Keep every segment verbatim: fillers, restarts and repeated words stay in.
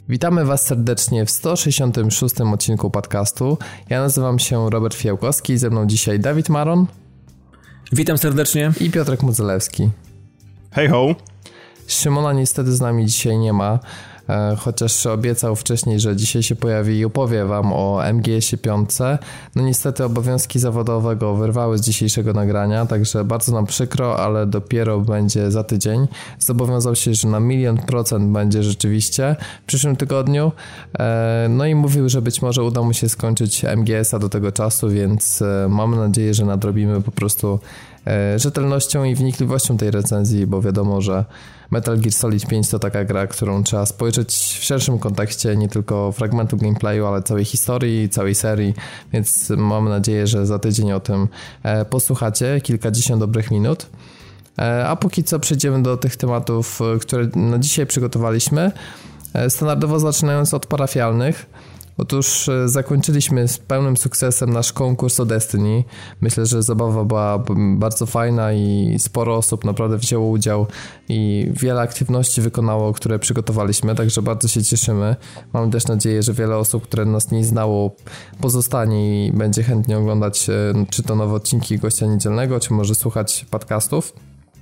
Witamy Was serdecznie w sto sześćdziesiątym szóstym odcinku podcastu. Ja nazywam się Robert Fiałkowski, ze mną dzisiaj Dawid Maron. Witam serdecznie. I Piotrek Modzelewski. Hej ho. Szymona niestety z nami dzisiaj nie ma, chociaż obiecał wcześniej, że dzisiaj się pojawi i opowie Wam o M G S pięć. No niestety obowiązki zawodowe go wyrwały z dzisiejszego nagrania, także bardzo nam przykro, ale dopiero będzie za tydzień. Zobowiązał się, że na milion procent będzie rzeczywiście w przyszłym tygodniu. No i mówił, że być może uda mu się skończyć M G S a do tego czasu, więc mamy nadzieję, że nadrobimy po prostu rzetelnością i wnikliwością tej recenzji, bo wiadomo, że Metal Gear Solid pięć to taka gra, którą trzeba spojrzeć w szerszym kontekście, nie tylko fragmentu gameplayu, ale całej historii, całej serii, więc mam nadzieję, że za tydzień o tym posłuchacie, kilkadziesiąt dobrych minut. A póki co przejdziemy do tych tematów, które na dzisiaj przygotowaliśmy, standardowo zaczynając od parafialnych. Otóż zakończyliśmy z pełnym sukcesem nasz konkurs o Destiny. Myślę, że zabawa była bardzo fajna i sporo osób naprawdę wzięło udział i wiele aktywności wykonało, które przygotowaliśmy, także bardzo się cieszymy. Mam też nadzieję, że wiele osób, które nas nie znało, pozostanie i będzie chętnie oglądać czy to nowe odcinki Gościa Niedzielnego, czy może słuchać podcastów.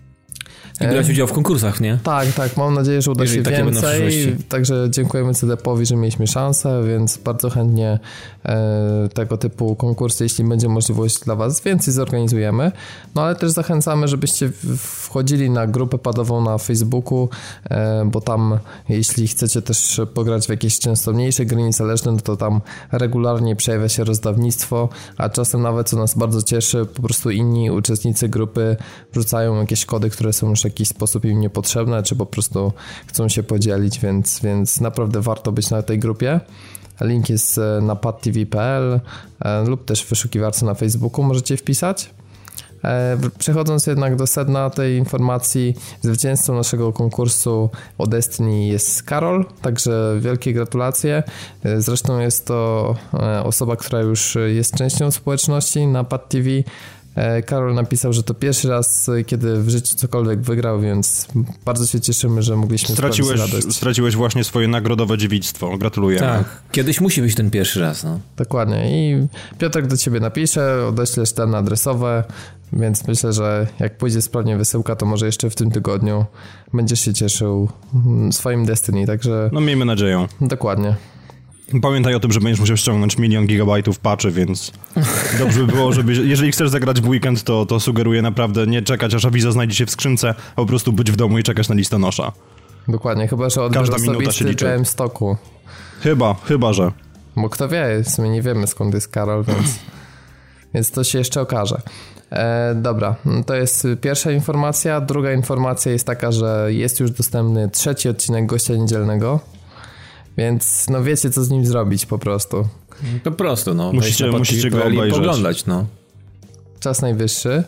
I brać udział w konkursach, nie? Tak, tak, mam nadzieję, że uda Jeżeli się więcej, także dziękujemy C D P-owi, że mieliśmy szansę, więc bardzo chętnie e, tego typu konkursy, jeśli będzie możliwość dla Was, więcej zorganizujemy, no ale też zachęcamy, żebyście wchodzili na grupę padową na Facebooku, e, bo tam, jeśli chcecie też pograć w jakieś często mniejsze gry niezależne, no to tam regularnie przejawia się rozdawnictwo, a czasem nawet, co nas bardzo cieszy, po prostu inni uczestnicy grupy wrzucają jakieś kody, które są już w jakiś sposób im niepotrzebne, czy po prostu chcą się podzielić, więc, więc naprawdę warto być na tej grupie. Link jest na padtv kropka p l lub też w wyszukiwarce na Facebooku możecie wpisać. Przechodząc jednak do sedna tej informacji, zwycięzcą naszego konkursu o Destiny jest Karol, także wielkie gratulacje. Zresztą jest to osoba, która już jest częścią społeczności na padtv. Karol napisał, że to pierwszy raz, kiedy w życiu cokolwiek wygrał, więc bardzo się cieszymy, że mogliśmy Straciłeś, sprawić radość. Straciłeś właśnie swoje nagrodowe dziewictwo. Gratulujemy. Tak, kiedyś musi być ten pierwszy raz. No. Dokładnie. I Piotrek do Ciebie napisze, odeślesz dane adresowe, więc myślę, że jak pójdzie sprawnie wysyłka, to może jeszcze w tym tygodniu będziesz się cieszył swoim Destiny, także... No miejmy nadzieję. Dokładnie. Pamiętaj o tym, że będziesz musiał ściągnąć milion gigabajtów patchy, więc dobrze by było, żeby... Jeżeli chcesz zagrać w weekend, to, to sugeruję naprawdę nie czekać, aż awizo znajdzie się w skrzynce, a po prostu być w domu i czekać na listonosza. Dokładnie, chyba że odbiór osobisty w Białymstoku. Chyba, chyba, że. Bo kto wie, w sumie nie wiemy skąd jest Karol, więc, więc to się jeszcze okaże. E, dobra, to jest pierwsza informacja. Druga informacja jest taka, że jest już dostępny trzeci odcinek Gościa Niedzielnego. Więc no wiecie, co z nim zrobić po prostu. Po prostu, no. Musicie, musicie go obejrzeć. Poglądać, no. Czas najwyższy.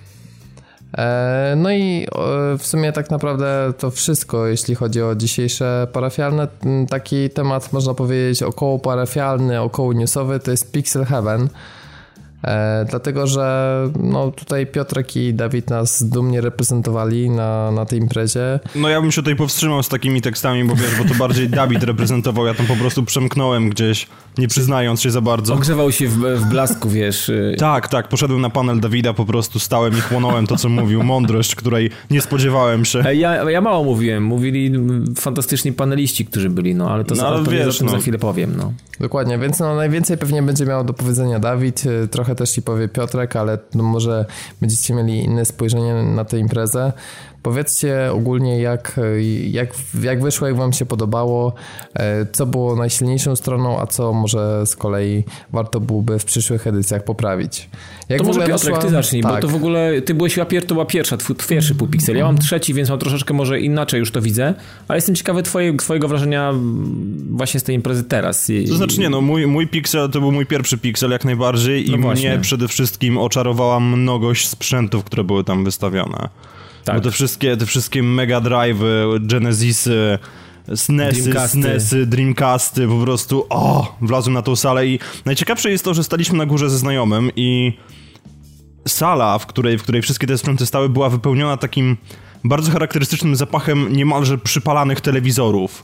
E, no i e, w sumie tak naprawdę to wszystko, jeśli chodzi o dzisiejsze parafialne. Taki temat, można powiedzieć, około parafialny, około newsowy, to jest Pixel Heaven. E, dlatego, że no tutaj Piotrek i Dawid nas dumnie reprezentowali na, na tej imprezie. No ja bym się tutaj powstrzymał z takimi tekstami, bo wiesz, bo to bardziej Dawid reprezentował, ja tam po prostu przemknąłem gdzieś, nie przyznając się za bardzo. Ogrzewał się w, w blasku, wiesz. Tak, tak, poszedłem na panel Dawida, po prostu stałem i chłonąłem to, co mówił, mądrość, której nie spodziewałem się. Ja, ja mało mówiłem, mówili fantastyczni paneliści, którzy byli, no ale to no, ale wiesz, za, no. za chwilę powiem, no. Dokładnie, więc no najwięcej pewnie będzie miał do powiedzenia Dawid, trochę też ci powie Piotrek, ale no może będziecie mieli inne spojrzenie na tę imprezę. Powiedzcie ogólnie jak, jak, jak wyszło, jak wam się podobało, co było najsilniejszą stroną, a co może z kolei warto byłoby w przyszłych edycjach poprawić. Jak to może Piotrek, wyszła... ty zacznij, tak. Bo to w ogóle, ty byłeś chyba pier, to była pierwsza, twój pierwszy półpiksel. Ja mam trzeci, więc mam troszeczkę może inaczej już to widzę, ale jestem ciekawy twoje, twojego wrażenia właśnie z tej imprezy teraz. To znaczy nie, no mój, mój piksel to był mój pierwszy piksel jak najbardziej i no mnie przede wszystkim oczarowała mnogość sprzętów, które były tam wystawione. Tak. Bo te wszystkie, te wszystkie Mega Drive'y, Genesisy, SNESy, Dreamcasty. SNESy, Dreamcasty, po prostu o, wlazłem na tą salę i najciekawsze jest to, że staliśmy na górze ze znajomym i sala, w której, w której wszystkie te sprzęty stały, była wypełniona takim bardzo charakterystycznym zapachem niemalże przypalanych telewizorów.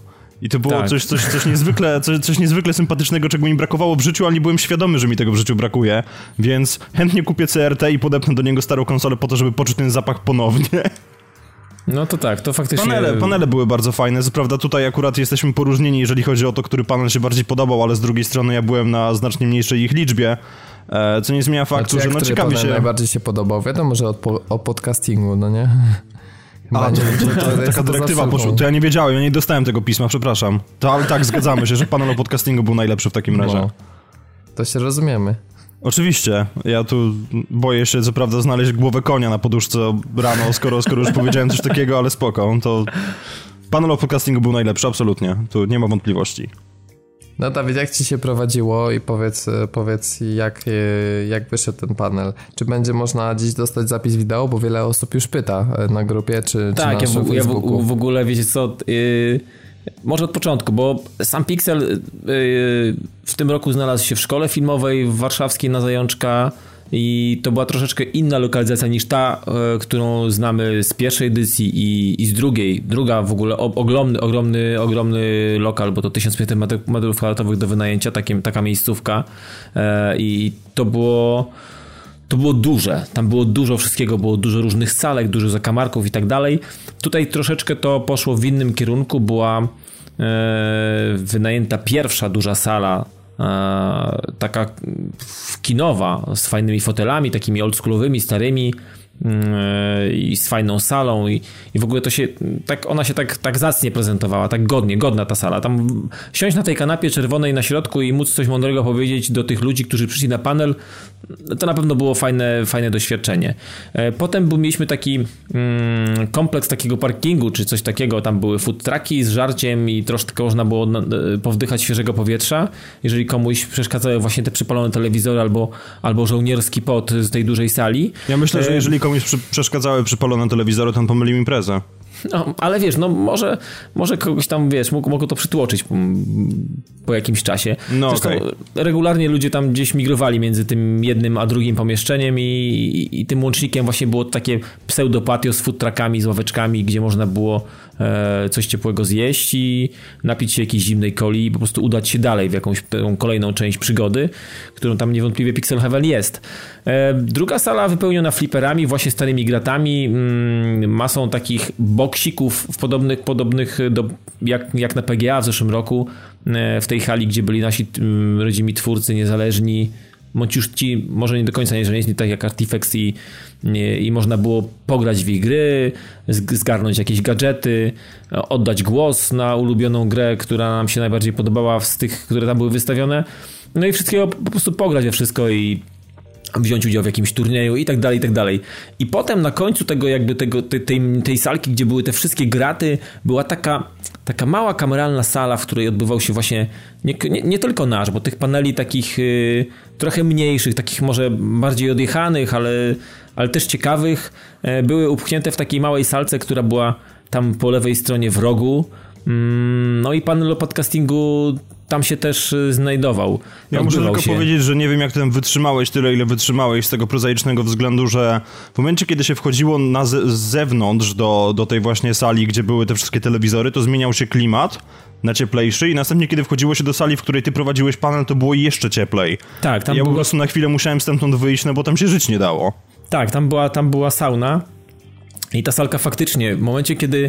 I to było tak. coś, coś, coś, niezwykle, coś, coś niezwykle sympatycznego, czego mi brakowało w życiu, ale nie byłem świadomy, że mi tego w życiu brakuje, więc chętnie kupię C R T i podepnę do niego starą konsolę po to, żeby poczuć ten zapach ponownie. No to tak, to faktycznie... Panele, panele były bardzo fajne, co prawda tutaj akurat jesteśmy poróżnieni, jeżeli chodzi o to, który panel się bardziej podobał, ale z drugiej strony ja byłem na znacznie mniejszej ich liczbie, co nie zmienia faktu, znaczy, że no ciekawi się... najbardziej się podobał? Wiadomo, że po, o podcastingu, no nie? A, to, to, to, to taka dyrektywa poszła. To ja nie wiedziałem, ja nie dostałem tego pisma, przepraszam. To ale tak, zgadzamy się, że panel o podcastingu był najlepszy w takim razie. No, to się rozumiemy. Oczywiście. Ja tu boję się, co prawda, znaleźć głowę konia na poduszce rano, skoro, skoro już powiedziałem coś takiego, ale spoko. To panel o podcastingu był najlepszy, absolutnie. Tu nie ma wątpliwości. No Dawid, jak ci się prowadziło i powiedz, powiedz jak, jak wyszedł ten panel? Czy będzie można dziś dostać zapis wideo? Bo wiele osób już pyta na grupie, czy, tak, czy na ja, w, ja Facebooku. w, w ogóle, wiecie co, yy, może od początku, bo sam Pixel yy, w tym roku znalazł się w szkole filmowej w warszawskiej na Zajączka i to była troszeczkę inna lokalizacja niż ta, yy, którą znamy z pierwszej edycji i, i z drugiej. Druga w ogóle o, ogromny, ogromny, ogromny lokal, bo to tysiąc pięćset metrów kwadratowych do wynajęcia, takie, taka miejscówka yy, i to było... To było duże, tam było dużo wszystkiego, było dużo różnych salek, dużo zakamarków i tak dalej. Tutaj troszeczkę to poszło w innym kierunku, była e, wynajęta pierwsza duża sala, e, taka kinowa, z fajnymi fotelami, takimi oldschoolowymi, starymi e, i z fajną salą i, i w ogóle to się, tak, ona się tak, tak zacnie prezentowała, tak godnie, godna ta sala. Tam siąść na tej kanapie czerwonej na środku i móc coś mądrego powiedzieć do tych ludzi, którzy przyszli na panel, to na pewno było fajne, fajne doświadczenie. Potem był, mieliśmy taki mm, kompleks takiego parkingu, czy coś takiego. Tam były food trucki z żarciem i troszkę można było na, powdychać świeżego powietrza. Jeżeli komuś przeszkadzały właśnie te przypalone telewizory albo, albo żołnierski pot z tej dużej sali. Ja myślę, że jeżeli komuś przy, przeszkadzały przypalone telewizory, to on pomylił imprezę. No, ale wiesz, no może, może kogoś tam, wiesz, mógł, mogło to przytłoczyć po, po jakimś czasie. No Zresztą okay. regularnie ludzie tam gdzieś migrowali między tym jednym a drugim pomieszczeniem i, i, i tym łącznikiem właśnie było takie pseudopatio z food truckami, z ławeczkami, gdzie można było e, coś ciepłego zjeść i napić się jakiejś zimnej coli i po prostu udać się dalej w jakąś kolejną część przygody, którą tam niewątpliwie Pixel Heaven jest. E, druga sala wypełniona fliperami, właśnie starymi gratami, mm, masą takich boksików w podobnych, podobnych do, jak, jak na P G A w zeszłym roku, e, w tej hali, gdzie byli nasi m, rodzimi twórcy niezależni, bądź już ci, może nie do końca niezależni, tak jak Artifex i, i, i można było pograć w ich gry, zgarnąć jakieś gadżety, oddać głos na ulubioną grę, która nam się najbardziej podobała z tych, które tam były wystawione, no i wszystkiego po prostu pograć we wszystko i wziąć udział w jakimś turnieju i tak dalej, i tak dalej. I potem na końcu tego jakby tego, tej, tej, tej salki, gdzie były te wszystkie graty, była taka, taka mała kameralna sala, w której odbywał się właśnie nie, nie, nie tylko nasz, bo tych paneli takich y, trochę mniejszych, takich może bardziej odjechanych, ale, ale też ciekawych, y, były upchnięte w takiej małej salce, która była tam po lewej stronie w rogu. No i panel o podcastingu tam się też znajdował. Ja muszę tylko się. powiedzieć, że nie wiem jak ty tam wytrzymałeś tyle, ile wytrzymałeś z tego prozaicznego względu, że w momencie, kiedy się wchodziło na z, z zewnątrz do, do tej właśnie sali, gdzie były te wszystkie telewizory, to zmieniał się klimat na cieplejszy i następnie, kiedy wchodziło się do sali, w której ty prowadziłeś panel, to było jeszcze cieplej. Tak, tam ja było... po prostu na chwilę musiałem stamtąd wyjść, no bo tam się żyć nie dało. Tak, tam była, tam była sauna i ta salka faktycznie, w momencie, kiedy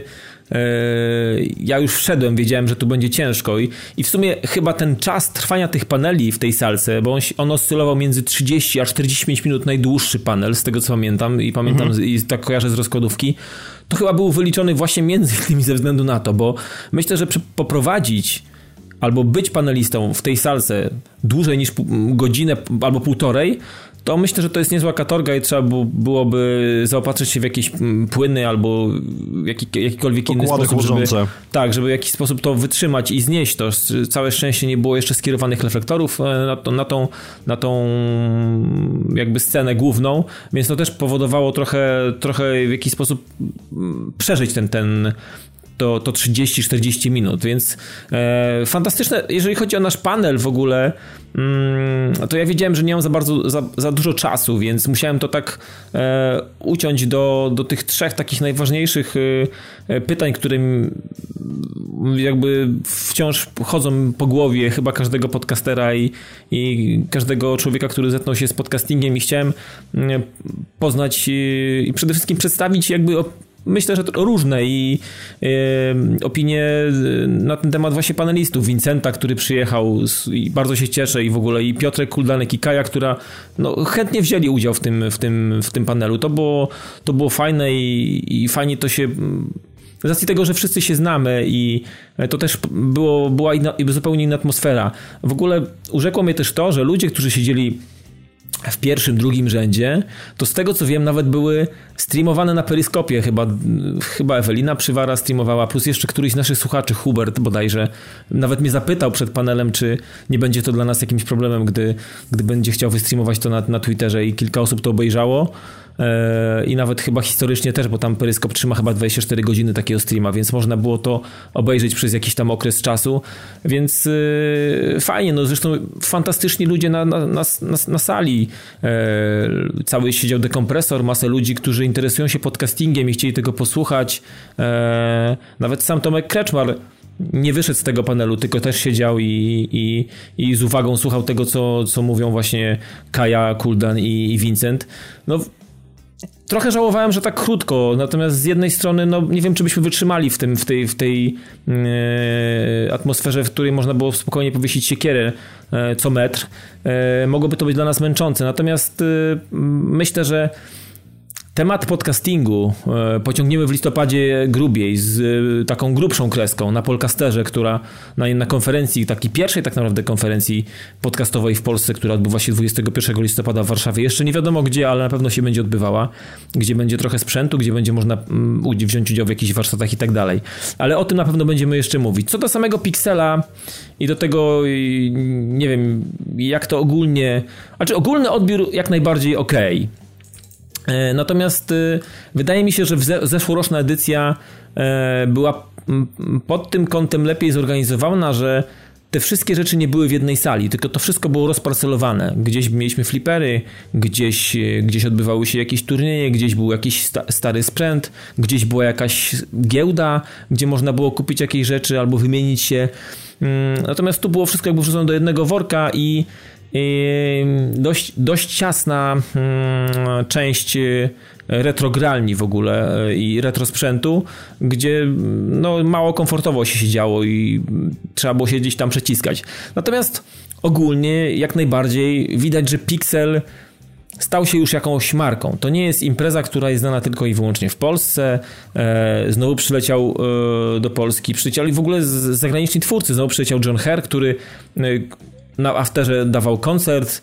ja już wszedłem, wiedziałem, że tu będzie ciężko i, i w sumie chyba ten czas trwania tych paneli w tej salce, bo on, on oscylował między trzydzieści a czterdzieści pięć minut, najdłuższy panel, z tego co pamiętam i pamiętam mhm. i tak kojarzę z rozkładówki, to chyba był wyliczony właśnie między innymi ze względu na to, bo myślę, że poprowadzić albo być panelistą w tej salce dłużej niż godzinę albo półtorej, to myślę, że to jest niezła katorga i trzeba byłoby zaopatrzyć się w jakieś płyny albo jaki, jakikolwiek inny sposób, żeby, tak, żeby w jakiś sposób to wytrzymać i znieść to. Całe szczęście nie było jeszcze skierowanych reflektorów na, to, na, tą, na tą jakby scenę główną, więc to też powodowało trochę, trochę w jakiś sposób przeżyć ten, ten to, to trzydzieści czterdzieści minut, więc e, fantastyczne. Jeżeli chodzi o nasz panel w ogóle, mm, to ja wiedziałem, że nie mam za bardzo, za, za dużo czasu, więc musiałem to tak e, uciąć do, do tych trzech takich najważniejszych e, pytań, którym jakby wciąż chodzą po głowie chyba każdego podcastera i, i każdego człowieka, który zetknął się z podcastingiem, i chciałem poznać i, i przede wszystkim przedstawić jakby myślę, że to różne i e, opinie na ten temat właśnie panelistów. Vincenta, który przyjechał z, i bardzo się cieszę, i w ogóle i Piotrek Kuldanek i Kaja, która no, chętnie wzięli udział w tym, w tym, w tym panelu. To było, to było fajne i, i fajnie to się... Z racji tego, że wszyscy się znamy i to też było, była inna, zupełnie inna atmosfera. W ogóle urzekło mnie też to, że ludzie, którzy siedzieli w pierwszym, drugim rzędzie, to z tego co wiem nawet były streamowane na Peryskopie, chyba, chyba Ewelina Przywara streamowała, plus jeszcze któryś z naszych słuchaczy, Hubert bodajże, nawet mnie zapytał przed panelem, czy nie będzie to dla nas jakimś problemem, gdy, gdy będzie chciał wystreamować to na, na Twitterze, i kilka osób to obejrzało. I nawet chyba historycznie też, bo tam Peryskop trzyma chyba dwadzieścia cztery godziny takiego streama, więc można było to obejrzeć przez jakiś tam okres czasu, więc yy, fajnie, no zresztą fantastyczni ludzie na, na, na, na sali, yy, cały siedział dekompresor, masę ludzi, którzy interesują się podcastingiem i chcieli tego posłuchać, yy, nawet sam Tomek Kreczmar nie wyszedł z tego panelu, tylko też siedział i, i, i z uwagą słuchał tego, co, co mówią właśnie Kaja, Kuldan i, i Vincent. No trochę żałowałem, że tak krótko, natomiast z jednej strony no, nie wiem, czy byśmy wytrzymali w, tym, w tej, w tej e, atmosferze, w której można było spokojnie powiesić siekierę e, co metr. E, mogłoby to być dla nas męczące, natomiast e, myślę, że temat podcastingu e, pociągniemy w listopadzie grubiej, z e, taką grubszą kreską na Polcasterze, która na, na konferencji, takiej pierwszej tak naprawdę konferencji podcastowej w Polsce, która odbywa się dwudziestego pierwszego listopada w Warszawie. Jeszcze nie wiadomo gdzie, ale na pewno się będzie odbywała, gdzie będzie trochę sprzętu, gdzie będzie można mm, wziąć udział w jakichś warsztatach i tak dalej. Ale o tym na pewno będziemy jeszcze mówić. Co do samego Pixela i do tego, nie wiem, jak to ogólnie... Znaczy ogólny odbiór jak najbardziej okej. Okay. Natomiast wydaje mi się, że zeszłoroczna edycja była pod tym kątem lepiej zorganizowana, że te wszystkie rzeczy nie były w jednej sali, tylko to wszystko było rozparcelowane. Gdzieś mieliśmy flipery, gdzieś, gdzieś odbywały się jakieś turnieje, gdzieś był jakiś sta- stary sprzęt, gdzieś była jakaś giełda, gdzie można było kupić jakieś rzeczy albo wymienić się. Natomiast tu było wszystko jakby wrzucone do jednego worka i dość, dość ciasna część retrogralni w ogóle i retrosprzętu, gdzie no, mało komfortowo się siedziało i trzeba było się gdzieś tam przeciskać. Natomiast ogólnie jak najbardziej widać, że Pixel stał się już jakąś marką. To nie jest impreza, która jest znana tylko i wyłącznie w Polsce. E, znowu przyleciał e, do Polski, przyleciali w ogóle z, zagraniczni twórcy. Znowu przyleciał John Herr, który e, na afterze dawał koncert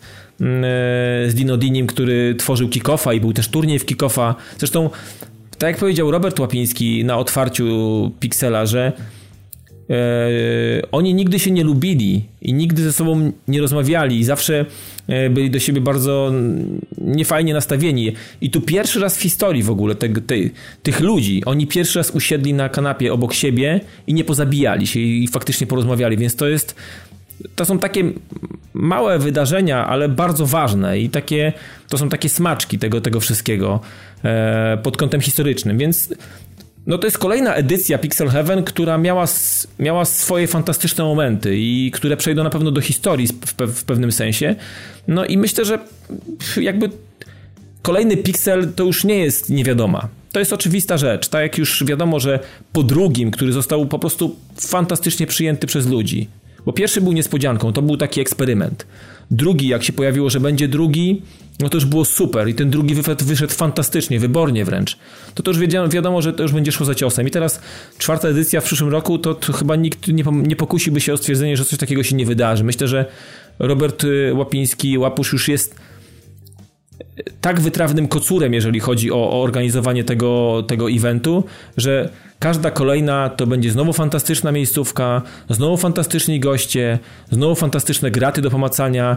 z Dino Dinim, który tworzył Kick-Offa i był też turniej w Kick-Offa. Zresztą, tak jak powiedział Robert Łapiński na otwarciu Pixela, że e, oni nigdy się nie lubili i nigdy ze sobą nie rozmawiali i zawsze byli do siebie bardzo niefajnie nastawieni. I tu pierwszy raz w historii w ogóle te, te, tych ludzi, oni pierwszy raz usiedli na kanapie obok siebie i nie pozabijali się i, i faktycznie porozmawiali, więc to jest To są takie małe wydarzenia, ale bardzo ważne i takie, to są takie smaczki tego, tego wszystkiego e, pod kątem historycznym, więc no to jest kolejna edycja Pixel Heaven, która miała, miała swoje fantastyczne momenty i które przejdą na pewno do historii w, pe, w pewnym sensie. No i myślę, że jakby kolejny Pixel to już nie jest niewiadoma. To jest oczywista rzecz. Tak jak już wiadomo, że po drugim, który został po prostu fantastycznie przyjęty przez ludzi, bo pierwszy był niespodzianką, to był taki eksperyment. Drugi, jak się pojawiło, że będzie drugi, no to już było super i ten drugi wyszedł, wyszedł fantastycznie, wybornie wręcz. To to już wiadomo, wiadomo, że to już będzie szło za ciosem. I teraz czwarta edycja w przyszłym roku, to, to chyba nikt nie, nie pokusiłby się o stwierdzenie, że coś takiego się nie wydarzy. Myślę, że Robert Łapiński, Łapusz już jest tak wytrawnym kocurem, jeżeli chodzi o, o organizowanie tego, tego eventu, że każda kolejna to będzie znowu fantastyczna miejscówka, znowu fantastyczni goście, znowu fantastyczne graty do pomacania,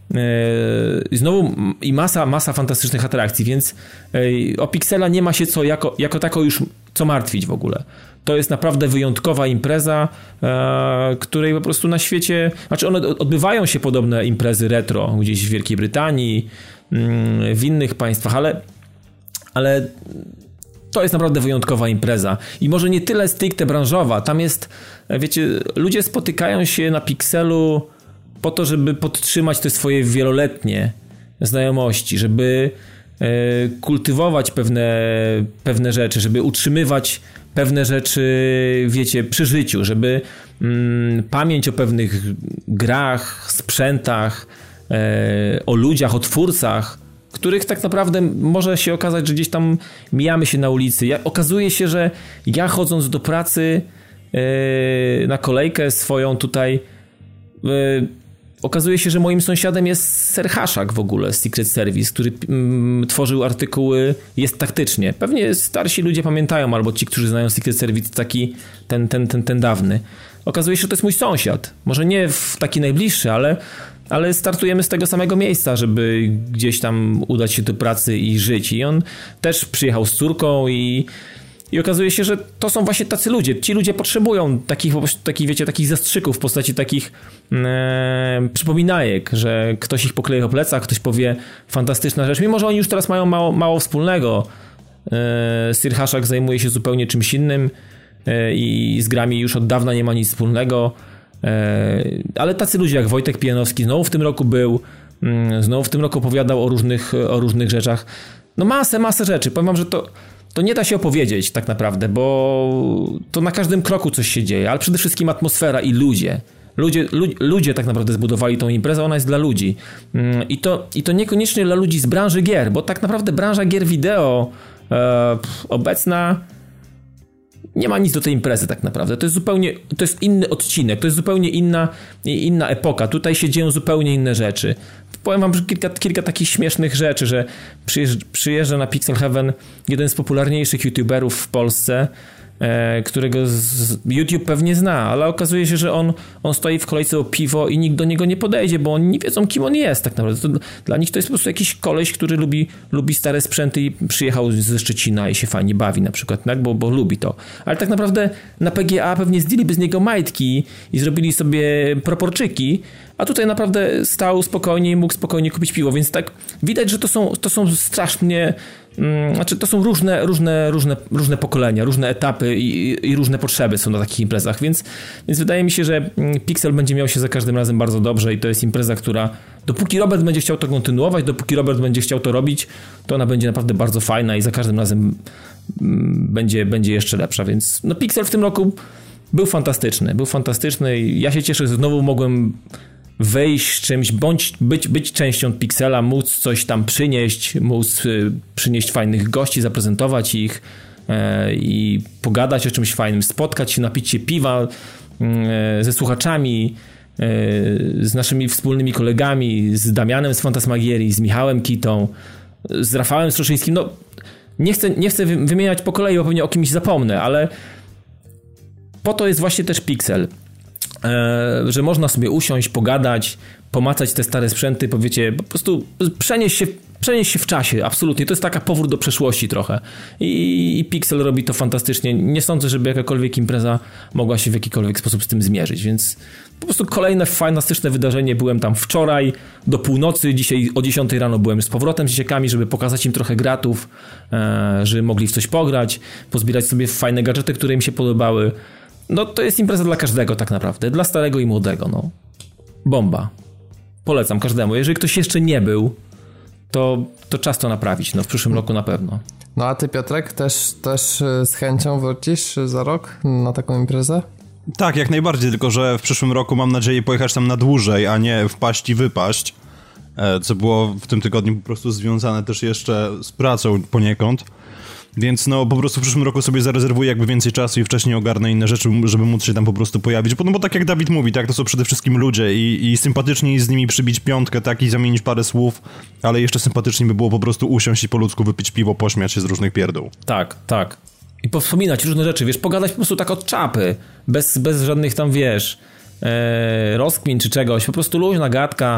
i znowu i masa, masa fantastycznych atrakcji, więc o Pixela nie ma się co jako, jako tako już co martwić w ogóle. to jest naprawdę wyjątkowa impreza, e, której po prostu na świecie, znaczy one odbywają się podobne imprezy retro gdzieś w Wielkiej Brytanii, w innych państwach, ale, ale to jest naprawdę wyjątkowa impreza i może nie tyle stricte branżowa, tam jest, wiecie, ludzie spotykają się na Pixelu po to, żeby podtrzymać te swoje wieloletnie znajomości, żeby e, kultywować pewne, pewne rzeczy, żeby utrzymywać pewne rzeczy, wiecie, przy życiu, żeby mm, pamięć o pewnych grach, sprzętach, e, o ludziach, o twórcach, których tak naprawdę może się okazać, że gdzieś tam mijamy się na ulicy. Ja, okazuje się, że ja chodząc do pracy e, na kolejkę swoją tutaj e, okazuje się, że moim sąsiadem jest Ser Haszak w ogóle z Secret Service, który mm, tworzył artykuły Jest taktycznie. Pewnie starsi ludzie pamiętają, albo ci, którzy znają Secret Service, taki ten, ten, ten, ten dawny. Okazuje się, że to jest mój sąsiad. Może nie w taki najbliższy, ale, ale startujemy z tego samego miejsca, żeby gdzieś tam udać się do pracy i żyć. I on też przyjechał z córką i I okazuje się, że to są właśnie tacy ludzie. Ci ludzie potrzebują takich, takich wiecie, takich zastrzyków w postaci takich e, przypominajek, że ktoś ich pokleje po plecach, ktoś powie fantastyczna rzecz, mimo że oni już teraz mają mało, mało wspólnego. E, Sir Haszak zajmuje się zupełnie czymś innym e, i z grami już od dawna nie ma nic wspólnego. E, ale tacy ludzie jak Wojtek Pijanowski znowu w tym roku był, mm, znowu w tym roku opowiadał o różnych, o różnych rzeczach. No masę, masę rzeczy. Powiem wam, że to To nie da się opowiedzieć tak naprawdę, bo to na każdym kroku coś się dzieje, ale przede wszystkim atmosfera i ludzie. Ludzie, lu, ludzie tak naprawdę zbudowali tą imprezę, ona jest dla ludzi. I to, i to niekoniecznie dla ludzi z branży gier, bo tak naprawdę branża gier wideo e, obecna nie ma nic do tej imprezy tak naprawdę. To jest zupełnie, to jest inny odcinek, to jest zupełnie inna, inna epoka. Tutaj się dzieją zupełnie inne rzeczy. Powiem wam kilka, kilka takich śmiesznych rzeczy, że przyjeżdża, przyjeżdża na Pixel Heaven jeden z popularniejszych youtuberów w Polsce, e, którego z, YouTube pewnie zna, ale okazuje się, że on, on stoi w kolejce o piwo i nikt do niego nie podejdzie, bo oni nie wiedzą, kim on jest tak naprawdę. To, dla nich to jest po prostu jakiś koleś, który lubi, lubi stare sprzęty i przyjechał ze Szczecina i się fajnie bawi na przykład, tak? bo, bo lubi to. Ale tak naprawdę na P G A pewnie zdjęliby z niego majtki i zrobili sobie proporczyki, a tutaj naprawdę stał spokojnie i mógł spokojnie kupić piwo, więc tak widać, że to są, to są strasznie, mm, znaczy to są różne, różne, różne, różne pokolenia, różne etapy i, i różne potrzeby są na takich imprezach, więc, więc wydaje mi się, że Pixel będzie miał się za każdym razem bardzo dobrze i to jest impreza, która dopóki Robert będzie chciał to kontynuować, dopóki Robert będzie chciał to robić, to ona będzie naprawdę bardzo fajna i za każdym razem mm, będzie, będzie jeszcze lepsza, więc no Pixel w tym roku był fantastyczny, był fantastyczny i ja się cieszę, że znowu mogłem wejść z czymś, bądź być, być częścią Pixela, móc coś tam przynieść, móc y, przynieść fajnych gości, zaprezentować ich y, i pogadać o czymś fajnym, spotkać się, napić się piwa y, ze słuchaczami, y, z naszymi wspólnymi kolegami, z Damianem z Fantasmagierii, z Michałem Kitą, z Rafałem Stroszyńskim. No, nie chcę, nie chcę wymieniać po kolei, bo pewnie o kimś zapomnę, ale po to jest właśnie też Pixel. Że można sobie usiąść, pogadać, pomacać te stare sprzęty, powiecie, po prostu przenieść się, przenieść się w czasie, absolutnie. To jest taka powrót do przeszłości trochę. I, i Pixel robi to fantastycznie. Nie sądzę, żeby jakakolwiek impreza mogła się w jakikolwiek sposób z tym zmierzyć, więc po prostu kolejne fantastyczne wydarzenie. Byłem tam wczoraj do północy, dzisiaj o dziesiątej rano byłem z powrotem z dzieciakami, żeby pokazać im trochę gratów, e, żeby mogli w coś pograć, pozbierać sobie fajne gadżety, które im się podobały. No to jest impreza dla każdego tak naprawdę, dla starego i młodego, no. Bomba. Polecam każdemu. Jeżeli ktoś jeszcze nie był, to, to czas to naprawić, no w przyszłym roku na pewno. No a ty, Piotrek, też, też z chęcią wrócisz za rok na taką imprezę? Tak, jak najbardziej, tylko że w przyszłym roku mam nadzieję pojechać tam na dłużej, a nie wpaść i wypaść, co było w tym tygodniu po prostu związane też jeszcze z pracą poniekąd. Więc no po prostu w przyszłym roku sobie zarezerwuję jakby więcej czasu i wcześniej ogarnę inne rzeczy, żeby móc się tam po prostu pojawić. No bo tak jak Dawid mówi, tak, to są przede wszystkim ludzie i, i sympatycznie z nimi przybić piątkę, tak, i zamienić parę słów, ale jeszcze sympatycznie by było po prostu usiąść i po ludzku wypić piwo, pośmiać się z różnych pierdół. Tak, tak. I powspominać różne rzeczy, wiesz, pogadać po prostu tak od czapy, bez, bez żadnych tam, wiesz, e, rozkmin czy czegoś, po prostu luźna gadka,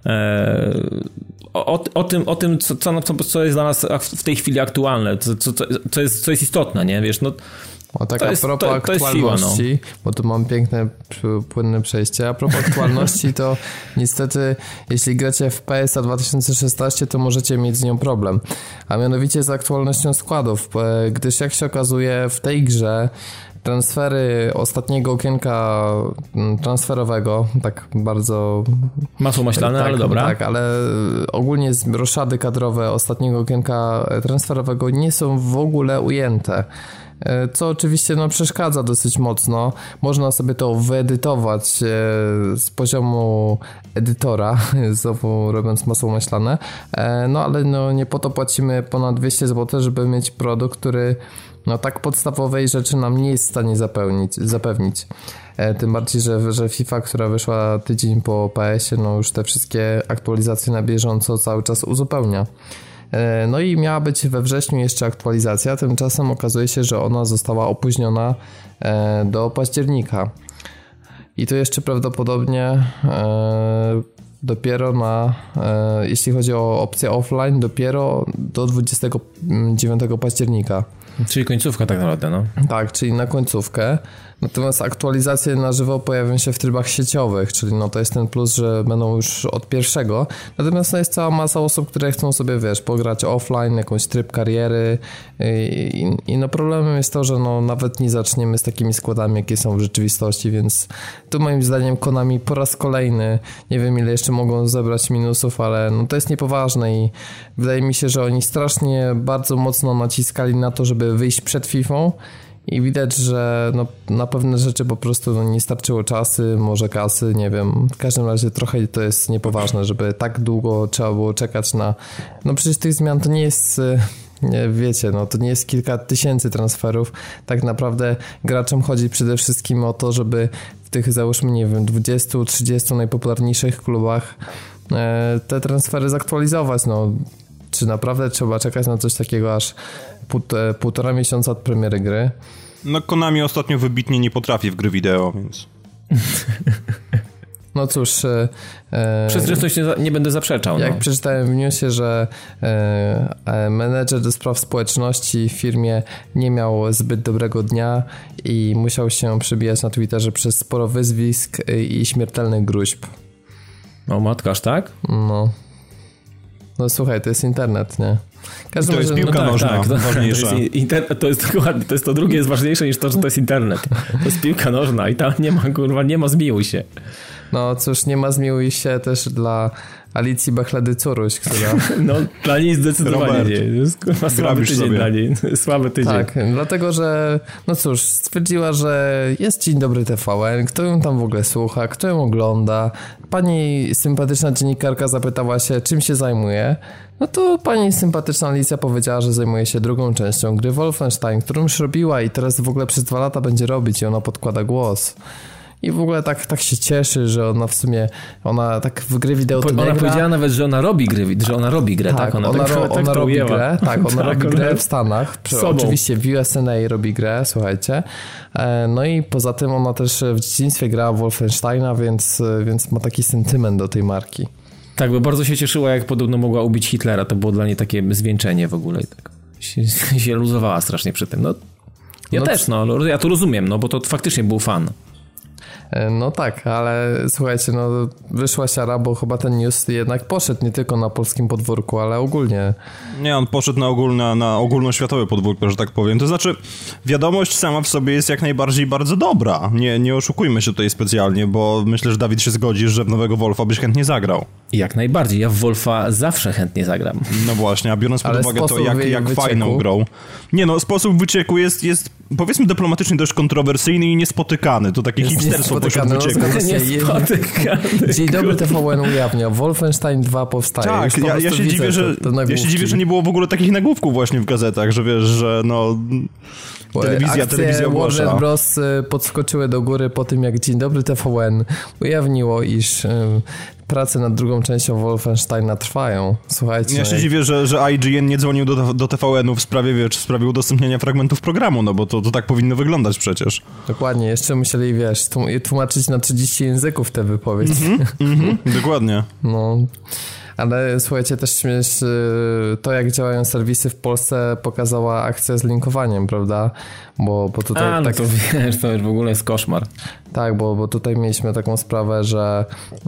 e, O, o tym, o tym co, co, co jest dla nas w tej chwili aktualne, co, co, co, jest, co jest istotne, nie? Wiesz, no, O, tak a propos to, to aktualności, siła, no. Bo tu mam piękne, płynne przejście. A propos aktualności, to niestety, jeśli gracie w P S a dwa tysiące szesnaście, to możecie mieć z nią problem. A mianowicie z aktualnością składów, gdyż jak się okazuje w tej grze transfery ostatniego okienka transferowego, tak bardzo... Masło maślane, tak, ale dobra. Tak, ale ogólnie roszady kadrowe ostatniego okienka transferowego nie są w ogóle ujęte. Co oczywiście no, przeszkadza dosyć mocno. Można sobie to wyedytować e, z poziomu edytora, znowu robiąc masło maślane, e, no ale no, nie po to płacimy ponad dwieście złotych, żeby mieć produkt, który no, tak podstawowej rzeczy nam nie jest w stanie zapełnić, zapewnić. E, tym bardziej, że, że FIFA, która wyszła tydzień po P S ie, no już te wszystkie aktualizacje na bieżąco cały czas uzupełnia. No i miała być we wrześniu jeszcze aktualizacja, tymczasem okazuje się, że ona została opóźniona do października. I to jeszcze prawdopodobnie dopiero na, jeśli chodzi o opcję offline, dopiero do dwudziestego dziewiątego października. Czyli końcówka tak naprawdę, no. Tak, czyli na końcówkę. Natomiast aktualizacje na żywo pojawią się w trybach sieciowych, czyli no to jest ten plus, że będą już od pierwszego. Natomiast no jest cała masa osób, które chcą sobie, wiesz, pograć offline, jakąś tryb kariery i, i, i no problemem jest to, że no nawet nie zaczniemy z takimi składami, jakie są w rzeczywistości, więc tu moim zdaniem Konami po raz kolejny, nie wiem ile jeszcze mogą zebrać minusów, ale no to jest niepoważne i wydaje mi się, że oni strasznie bardzo mocno naciskali na to, żeby wyjść przed Fifą. I widać, że no, na pewne rzeczy po prostu no, nie starczyło czasy, może kasy, nie wiem. W każdym razie trochę to jest niepoważne, żeby tak długo trzeba było czekać na... No przecież tych zmian to nie jest... Nie, wiecie, no to nie jest kilka tysięcy transferów. Tak naprawdę graczom chodzi przede wszystkim o to, żeby w tych, załóżmy, nie wiem, dwudziestu trzydziestu najpopularniejszych klubach e, te transfery zaktualizować. No, czy naprawdę trzeba czekać na coś takiego aż pół, e, półtora miesiąca od premiery gry? No Konami ostatnio wybitnie nie potrafi w gry wideo, więc... No cóż... E, Przez zresztą nie, nie będę zaprzeczał. Jak no. przeczytałem w newsie, że e, menedżer do spraw społeczności w firmie nie miał zbyt dobrego dnia i musiał się przebijać na Twitterze przez sporo wyzwisk i śmiertelnych gruźb. O matkaż, tak? No. No słuchaj, to jest internet, nie? Każdy to jest piłka no, nożna, tak, tak, ważniejsza. To jest, inter- to jest dokładnie, to jest to drugie jest ważniejsze niż to, że to jest internet. To jest piłka nożna i tam nie ma, kurwa, nie ma zmiłuj się. No cóż, nie ma zmiłuj się też dla Alicji Bachledy-Curuś, która... No, dla niej zdecydowanie Robert, nie. To jest kurwa słaby tydzień sobie. Dla niej. Słaby tydzień. Tak, dlatego, że no cóż, stwierdziła, że jest Dzień Dobry T V N, kto ją tam w ogóle słucha, kto ją ogląda. Pani sympatyczna dziennikarka zapytała się, czym się zajmuje. No to pani sympatyczna Alicja powiedziała, że zajmuje się drugą częścią gry Wolfenstein, którą już robiła i teraz w ogóle przez dwa lata będzie robić i ona podkłada głos. I w ogóle tak, tak się cieszy, że ona w sumie, ona tak w gry wideo to Ona gra. powiedziała nawet, że ona robi gry, że ona robi grę, tak? tak ona ona, tak, ro, tak ona robi ujęła. grę, tak, ona tak, robi ona grę w Stanach, oczywiście w U S N A robi grę, słuchajcie. No i poza tym ona też w dzieciństwie grała w Wolfensteina, więc, więc ma taki sentyment do tej marki. Tak, bo bardzo się cieszyła, jak podobno mogła ubić Hitlera, to było dla niej takie zwieńczenie w ogóle i tak się, się luzowała strasznie przy tym. No, ja no też, no, ja to rozumiem, no bo to faktycznie był fan. No tak, ale słuchajcie, no wyszła siara, bo chyba ten news jednak poszedł nie tylko na polskim podwórku, ale ogólnie. Nie, on poszedł na, ogólne, na ogólnoświatowe podwórko, że tak powiem. To znaczy, wiadomość sama w sobie jest jak najbardziej bardzo dobra. Nie, nie oszukujmy się tutaj specjalnie, bo myślę, że Dawid się zgodzi, że w nowego Wolfa byś chętnie zagrał. Jak najbardziej, ja w Wolfa zawsze chętnie zagram. No właśnie, a biorąc pod uwagę to, jak, jak fajną grą. Nie no, sposób wycieku jest, jest powiedzmy dyplomatycznie dość kontrowersyjny i niespotykany. To takie hipsterstwo pośród wycieku. Niespotykany. Dzień Dobry T V N ujawnia, Wolfenstein dwa powstaje. Tak, ja, ja, się dziwię, że, to, to ja się dziwię, że nie było w ogóle takich nagłówków właśnie w gazetach, że wiesz, że no... Telewizja, Akcje telewizja ogłasza. Warner Bros. Podskoczyły do góry po tym, jak Dzień Dobry T V N ujawniło, iż y, prace nad drugą częścią Wolfensteina trwają. Słuchajcie. Ja się dziwię, że, że I G N nie dzwonił do, do T V N-u w sprawie, wiesz, w sprawie udostępniania fragmentów programu, no bo to, to tak powinno wyglądać przecież. Dokładnie, jeszcze musieli, wiesz, tłumaczyć na trzydzieści języków tę wypowiedź. Mm-hmm, mm-hmm, dokładnie. No... Ale słuchajcie, też śmiesz, to jak działają serwisy w Polsce pokazała akcja z linkowaniem, prawda? Bo, bo tutaj A, no tak... to wiesz, to już w ogóle jest koszmar. Tak, bo, bo tutaj mieliśmy taką sprawę, że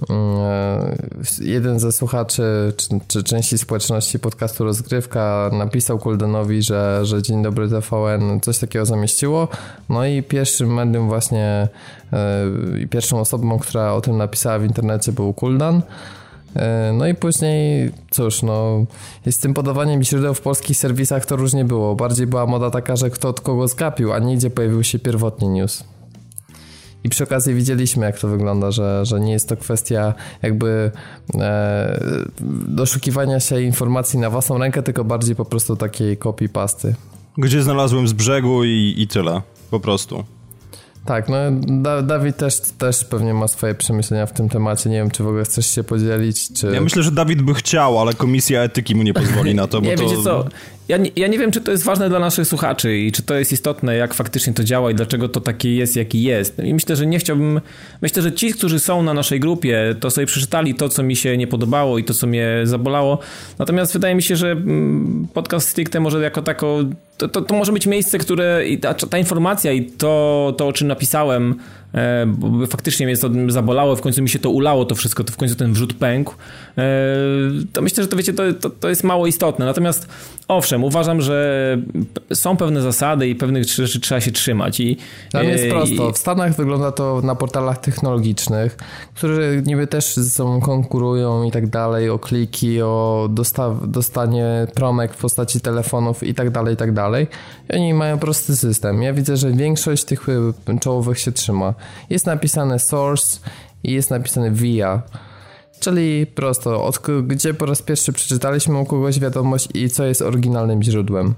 yy, jeden ze słuchaczy czy, czy części społeczności podcastu Rozgrywka napisał Kuldenowi, że, że Dzień Dobry T V N coś takiego zamieściło, no i pierwszym medium właśnie yy, pierwszą osobą, która o tym napisała w internecie był Kuldan. No i później, cóż, no z tym podawaniem źródeł w polskich serwisach to różnie było. Bardziej była moda taka, że kto od kogo zgapił, a nie gdzie pojawił się pierwotnie news. I przy okazji widzieliśmy, jak to wygląda, że, że nie jest to kwestia jakby e, doszukiwania się informacji na własną rękę, tylko bardziej po prostu takiej copy-pasty. Gdzie znalazłem z brzegu i, i tyle, po prostu. Tak, no da- Dawid też, też pewnie ma swoje przemyślenia w tym temacie. Nie wiem, czy w ogóle chcesz się podzielić, czy... Ja myślę, że Dawid by chciał, ale komisja etyki mu nie pozwoli na to, bo nie, to... wiecie co, ja nie, ja nie wiem, czy to jest ważne dla naszych słuchaczy i czy to jest istotne, jak faktycznie to działa i dlaczego to takie jest, jaki jest. I myślę, że nie chciałbym... Myślę, że ci, którzy są na naszej grupie, to sobie przeczytali to, co mi się nie podobało i to, co mnie zabolało. Natomiast wydaje mi się, że podcast stricte może jako tako... To, to, to może być miejsce, które... I ta, ta informacja i to, to, o czym napisałem, e, bo faktycznie mnie to zabolało, w końcu mi się to ulało, to wszystko, to w końcu ten wrzut pękł, e, to myślę, że to wiecie, to, to, to jest mało istotne. Natomiast owszem, uważam, że są pewne zasady i pewnych rzeczy trzeba się trzymać. I, Tam jest prosto. W Stanach wygląda to na portalach technologicznych, które niby też ze sobą konkurują i tak dalej, o kliki, o dostaw, dostanie promek w postaci telefonów i tak dalej, i tak dalej. I oni mają prosty system. Ja widzę, że większość tych czołowych się trzyma. Jest napisane source i jest napisane via. Czyli prosto, od gdzie po raz pierwszy przeczytaliśmy u kogoś wiadomość i co jest oryginalnym źródłem.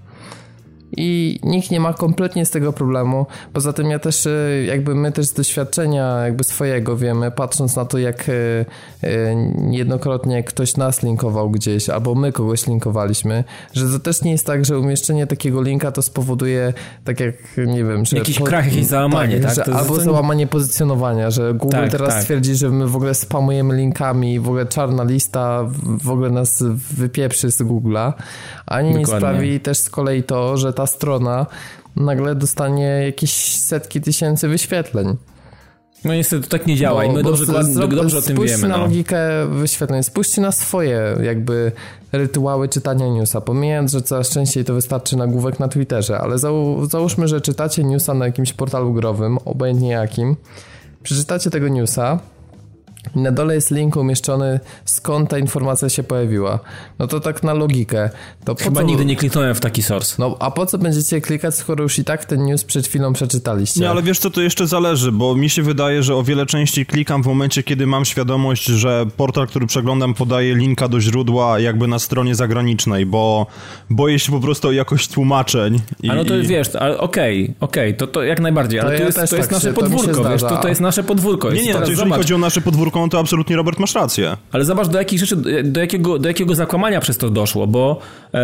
I nikt nie ma kompletnie z tego problemu. Poza tym ja też, jakby my też z doświadczenia jakby swojego wiemy, patrząc na to, jak niejednokrotnie ktoś nas linkował gdzieś, albo my kogoś linkowaliśmy, że to też nie jest tak, że umieszczenie takiego linka to spowoduje, tak jak, nie wiem, że... Jakiś po... krach, jakieś załamanie, tak? tak? Że, albo to... załamanie pozycjonowania, że Google tak, teraz tak. twierdzi, że my w ogóle spamujemy linkami, w ogóle czarna lista w ogóle nas wypieprzy z Google'a, ani Dokładnie. nie sprawi też z kolei to, że ta strona nagle dostanie jakieś setki tysięcy wyświetleń. No niestety to tak nie działa bo, i my dobrze, z, dobrze o tym wiemy. Spójrzcie na no. logikę wyświetleń, spójrzcie na swoje jakby rytuały czytania newsa, pomijając, że coraz częściej to wystarczy nagłówek na Twitterze, ale zał, załóżmy, że czytacie newsa na jakimś portalu growym, obojętnie jakim, przeczytacie tego newsa, na dole jest link umieszczony, skąd ta informacja się pojawiła. No to tak na logikę. To Chyba co... nigdy nie kliknąłem w taki source. No a po co będziecie klikać, skoro już i tak ten news przed chwilą przeczytaliście? Nie, ale wiesz co, to jeszcze zależy, bo mi się wydaje, że o wiele częściej klikam w momencie, kiedy mam świadomość, że portal, który przeglądam, podaje linka do źródła jakby na stronie zagranicznej, bo boję się po prostu o jakość tłumaczeń. I, a no to i... wiesz, okej, okej, okay, to, to jak najbardziej, ale to, to, ja jest, to tak jest nasze się, podwórko, to wiesz, to, to jest nasze podwórko. Nie, nie, no to jeżeli zobacz. chodzi o nasze podwórko, to absolutnie, Robert, masz rację. Ale zobacz, do jakich rzeczy, do jakiego, do jakiego zakłamania przez to doszło, bo e,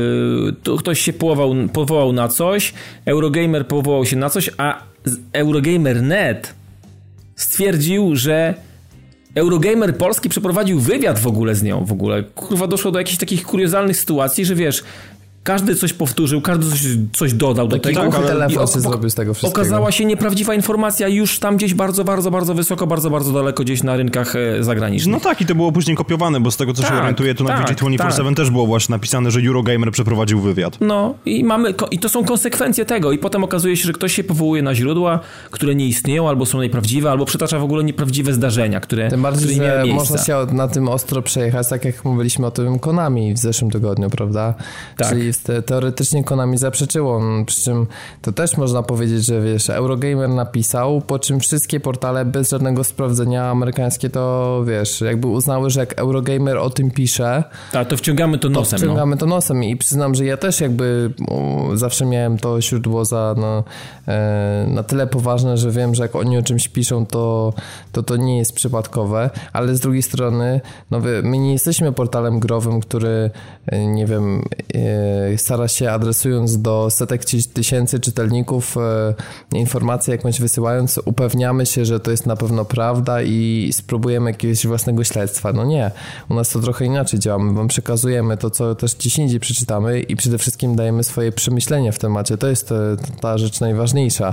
tu ktoś się powołał, powołał na coś, Eurogamer powołał się na coś, a Eurogamer kropka net stwierdził, że Eurogamer Polski przeprowadził wywiad w ogóle z nią, w ogóle. Kurwa, doszło do jakichś takich kuriozalnych sytuacji, że wiesz... Każdy coś powtórzył, każdy coś, coś dodał do tego. Tak, telefon o, się zrobił z tego wszystkiego. Okazała się nieprawdziwa informacja już tam gdzieś bardzo, bardzo, bardzo wysoko, bardzo, bardzo daleko gdzieś na rynkach zagranicznych. No tak, i to było później kopiowane, bo z tego co tak, się orientuję, to na tak, V G dwadzieścia cztery siedem tak. też było właśnie napisane, że Eurogamer przeprowadził wywiad. No i mamy, i to są konsekwencje tego i potem okazuje się, że ktoś się powołuje na źródła, które nie istnieją, albo są nieprawdziwe, albo przytacza w ogóle nieprawdziwe zdarzenia, które, Tym bardziej, które nie miały miejsca. Można się na tym ostro przejechać, tak jak mówiliśmy o tym Konami w zeszłym tygodniu, prawda? Tak. Czyli teoretycznie Konami zaprzeczyło, przy czym to też można powiedzieć, że wiesz, Eurogamer napisał, po czym wszystkie portale bez żadnego sprawdzenia amerykańskie to wiesz, jakby uznały, że jak Eurogamer o tym pisze, tak, to wciągamy to nosem. To wciągamy no. to nosem i przyznam, że ja też jakby o, zawsze miałem to źródło za no, e, na tyle poważne, że wiem, że jak oni o czymś piszą, to to, to nie jest przypadkowe, ale z drugiej strony no, my nie jesteśmy portalem growym, który nie wiem, e, stara się, adresując do setek tysięcy czytelników informację jakąś wysyłając, upewniamy się, że to jest na pewno prawda i spróbujemy jakiegoś własnego śledztwa. No nie, u nas to trochę inaczej działa. My wam przekazujemy to, co też gdzieś indziej przeczytamy i przede wszystkim dajemy swoje przemyślenia w temacie. To jest ta rzecz najważniejsza.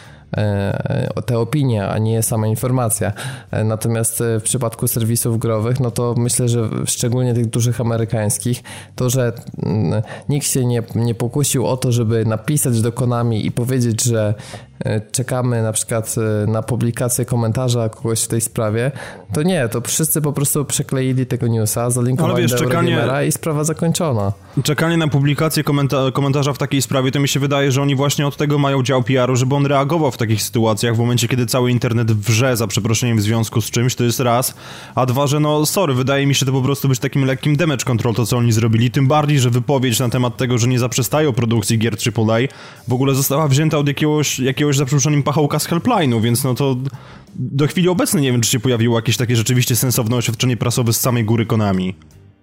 Te opinie, a nie sama informacja. Natomiast w przypadku serwisów growych, no to myślę, że szczególnie tych dużych amerykańskich, to, że nikt się nie, nie pokusił o to, żeby napisać do Konami i powiedzieć, że czekamy na przykład na publikację komentarza kogoś w tej sprawie, to nie, to wszyscy po prostu przekleili tego newsa, zalinkowali do Eurogamera i sprawa zakończona. Czekanie na publikację komenta- komentarza w takiej sprawie, to mi się wydaje, że oni właśnie od tego mają dział P R u, żeby on reagował w takich sytuacjach, w momencie, kiedy cały internet wrze, za przeproszeniem, w związku z czymś, to jest raz, a dwa, że no sorry, wydaje mi się to po prostu być takim lekkim damage control, to co oni zrobili, tym bardziej, że wypowiedź na temat tego, że nie zaprzestają produkcji gier triple A, w ogóle została wzięta od jakiegoś, jakiegoś za przeproszeniem pachołka z Helpline'u, więc no to do chwili obecnej nie wiem, czy się pojawiło jakieś takie rzeczywiście sensowne oświadczenie prasowe z samej góry Konami.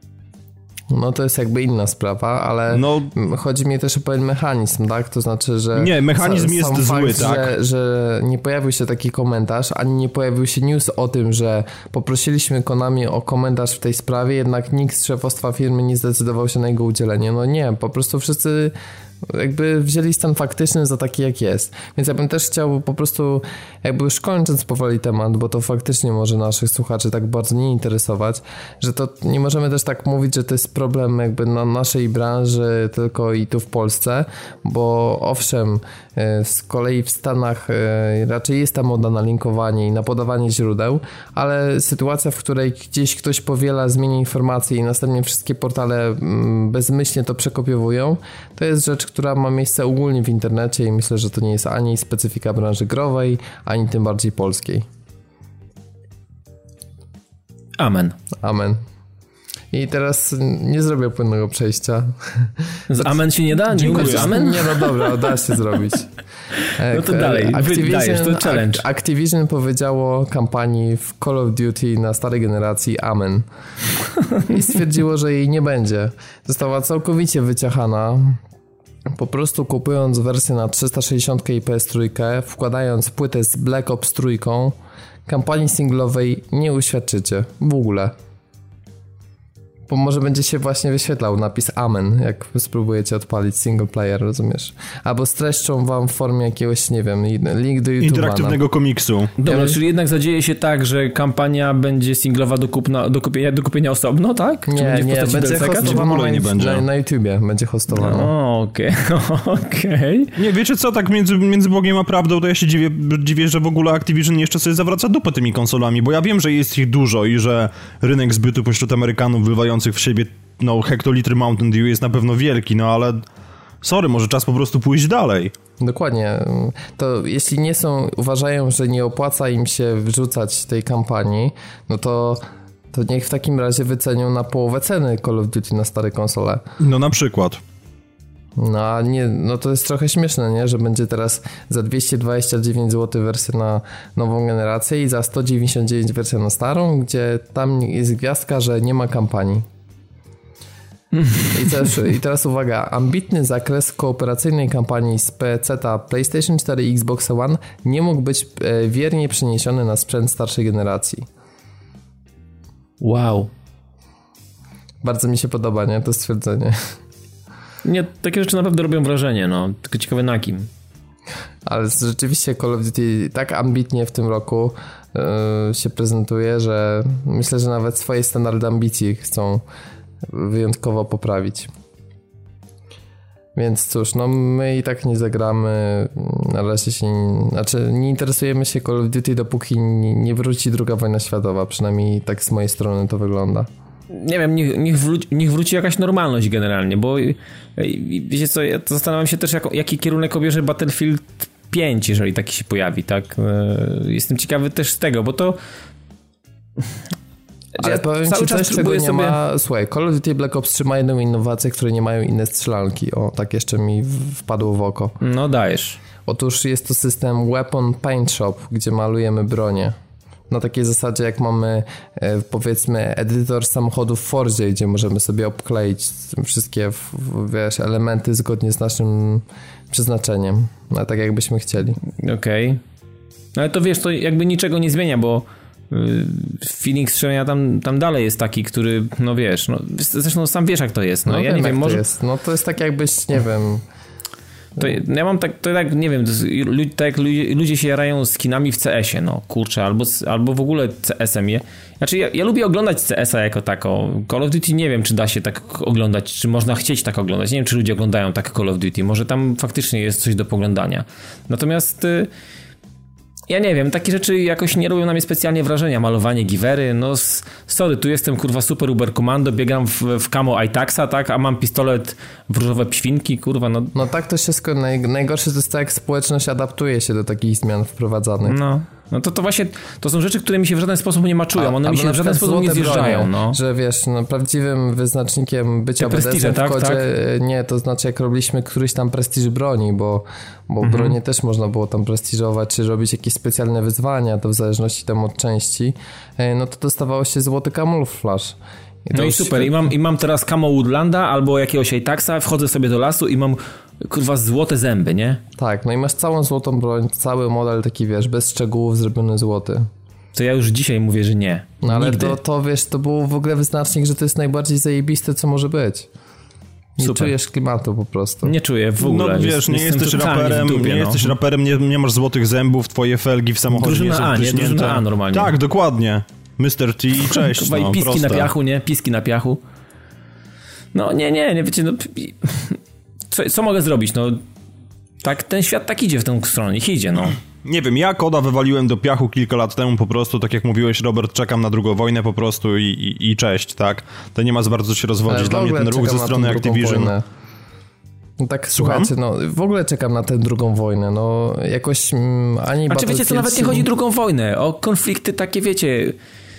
No to jest jakby inna sprawa, ale no, chodzi mi też o pewien mechanizm, tak? To znaczy, że... Nie, mechanizm jest sam zły, fakt, tak? Że, że nie pojawił się taki komentarz, ani nie pojawił się news o tym, że poprosiliśmy Konami o komentarz w tej sprawie, jednak nikt z szefostwa firmy nie zdecydował się na jego udzielenie. No nie, po prostu wszyscy jakby wzięli stan faktyczny za taki, jak jest. Więc ja bym też chciał po prostu, jakby już kończąc powoli temat, bo to faktycznie może naszych słuchaczy tak bardzo nie interesować, że to nie możemy też tak mówić, że to jest problem jakby na naszej branży tylko i tu w Polsce, bo owszem, z kolei w Stanach raczej jest ta moda na linkowanie i na podawanie źródeł, ale sytuacja, w której gdzieś ktoś powiela, zmienia informacje i następnie wszystkie portale bezmyślnie to przekopiowują, to jest rzecz, która ma miejsce ogólnie w internecie i myślę, że to nie jest ani specyfika branży growej, ani tym bardziej polskiej. Amen. Amen. I teraz nie zrobię płynnego przejścia. Z amen się nie da? Nie mówisz amen? Nie, no dobra, da się zrobić. No to dalej, Activision, to challenge. Activision powiedziało kampanii w Call of Duty na starej generacji amen. I stwierdziło, że jej nie będzie. Została całkowicie wyciachana. Po prostu kupując wersję na trzysta sześćdziesiąt i P S trzy, wkładając płytę z Black Ops trzy, kampanii singlowej nie uświadczycie w ogóle. Bo może będzie się właśnie wyświetlał napis amen, jak spróbujecie odpalić single player, rozumiesz? Albo streszczą wam w formie jakiegoś, nie wiem, link do YouTube'a. Interaktywnego komiksu. Dobra, ja... czyli jednak zadzieje się tak, że kampania będzie singlowa do, kupna, do, kupienia, do kupienia osobno, tak? Nie, czy będzie, nie, w będzie hostowana na, nie będzie. na, na YouTubie, będzie hostowana. No, okej, okay. okej. Okay. Nie, wiecie co, tak między, między Bogiem a prawdą, to ja się dziwię, dziwię, że w ogóle Activision jeszcze sobie zawraca dupę tymi konsolami, bo ja wiem, że jest ich dużo i że rynek zbytu pośród Amerykanów wywających w siebie no hektolitry Mountain Dew jest na pewno wielki, no ale sorry, może czas po prostu pójść dalej. Dokładnie. To jeśli nie są, uważają, że nie opłaca im się wrzucać tej kampanii, no to to niech w takim razie wycenią na połowę ceny Call of Duty na stare konsole. No na przykład. No a nie, no to jest trochę śmieszne, nie? Że będzie teraz za dwieście dwadzieścia dziewięć złotych wersja na nową generację i za sto dziewięćdziesiąt dziewięć wersja na starą, gdzie tam jest gwiazdka, że nie ma kampanii. I, też, I teraz uwaga, ambitny zakres kooperacyjnej kampanii z P C a, PlayStation cztery i Xbox One nie mógł być e, wiernie przeniesiony na sprzęt starszej generacji. Wow. Bardzo mi się podoba, nie? To stwierdzenie. Nie, takie rzeczy naprawdę robią wrażenie, no. Tylko ciekawe na kim. Ale rzeczywiście Call of Duty tak ambitnie w tym roku yy, się prezentuje, że myślę, że nawet swoje standardy ambicji chcą wyjątkowo poprawić. Więc cóż, no my i tak nie zagramy, na razie się nie, znaczy nie interesujemy się Call of Duty, dopóki nie, nie wróci druga wojna światowa, przynajmniej tak z mojej strony to wygląda. Nie wiem, niech, niech, wróci, niech wróci jakaś normalność generalnie, bo wiecie co, ja zastanawiam się też, jak, jaki kierunek obierze Battlefield pięć, jeżeli taki się pojawi, tak? Jestem ciekawy też z tego, bo to... Ale ja powiem ci coś, czego nie sobie... ma... Słuchaj, Call of Duty Black Ops trzy ma jedną innowację, której nie mają inne strzelanki. O, tak jeszcze mi wpadło w oko. No dajesz. Otóż jest to system Weapon Paint Shop, gdzie malujemy bronię. na takiej zasadzie, jak mamy e, powiedzmy edytor samochodów w Fordzie, gdzie możemy sobie obkleić wszystkie w, w, wiesz, elementy zgodnie z naszym przeznaczeniem, no, tak jakbyśmy chcieli. Okej. Okay. No ale to wiesz, to jakby niczego nie zmienia, bo yy, feeling strzelania tam, tam dalej jest taki, który, no wiesz, no, zresztą sam wiesz jak to jest. No, no ja wiem, nie wiem, może... to jest. No to jest tak jakbyś, nie wiem... To ja mam tak, to tak, nie wiem, to jest, tak jak ludzie, ludzie się jarają skinami w C S-ie, no kurczę, albo, albo w ogóle C S-em je. Znaczy ja, ja lubię oglądać C S-a jako tako. Call of Duty nie wiem, czy da się tak oglądać, czy można chcieć tak oglądać. Nie wiem, czy ludzie oglądają tak Call of Duty. Może tam faktycznie jest coś do poglądania. Natomiast... Y ja nie wiem, takie rzeczy jakoś nie robią na mnie specjalnie wrażenia. Malowanie giwery, no sorry, tu jestem kurwa super uber komando, biegam w, w camo Itaxa, tak, a mam pistolet w różowe pświnki, kurwa, no. No tak to wszystko, naj, najgorsze to jest tak, jak społeczność adaptuje się do takich zmian wprowadzanych. No. No to, to właśnie, to są rzeczy, które mi się w żaden sposób nie maczują, one a, mi się w żaden sposób nie zjeżdżają. Bronie, no. Że wiesz, no, prawdziwym wyznacznikiem bycia B D S-em w tak, kodzie, tak? nie, to znaczy jak robiliśmy któryś tam prestiż broni, bo, bo mhm. bronię też można było tam prestiżować, czy robić jakieś specjalne wyzwania, to w zależności tam od części, no to dostawało się złoty kamuflaż. I no i super, I, mam, i mam teraz camo Woodlanda albo jakiegoś Itaxa, wchodzę sobie do lasu i mam kurwa złote zęby, nie? Tak, no i masz całą złotą broń, cały model taki, wiesz, bez szczegółów zrobiony złoty. To ja już dzisiaj mówię, że nie. No ale to, to, wiesz, to był w ogóle wyznacznik, że to jest najbardziej zajebiste, co może być. Nie Super. Czujesz klimatu po prostu. Nie czuję w ogóle. No wiesz, nie jesteś raperem, dupie, nie no. jesteś raperem, nie, nie masz złotych zębów, twoje felgi w samochodzie drużyna nie są A, nie? Drużyna A normalnie. Tak, dokładnie. mister T, cześć. Chyba no, i piski proste. na piachu, nie? Piski na piachu. No nie, nie, nie wiecie, no... Co, co mogę zrobić? No tak, ten świat tak idzie w tę stronę, niech idzie, no. Nie wiem, ja koda wywaliłem do piachu kilka lat temu po prostu, tak jak mówiłeś, Robert, czekam na drugą wojnę po prostu i, i, i cześć, tak? To nie ma za bardzo się rozwodzić. Dla mnie ten ruch ze strony Activision... No tak, Słucham? słuchajcie, no w ogóle czekam na tę drugą wojnę, no jakoś mm, ani... A czy wiecie, to nawet nie chodzi o drugą wojnę, o konflikty takie, wiecie...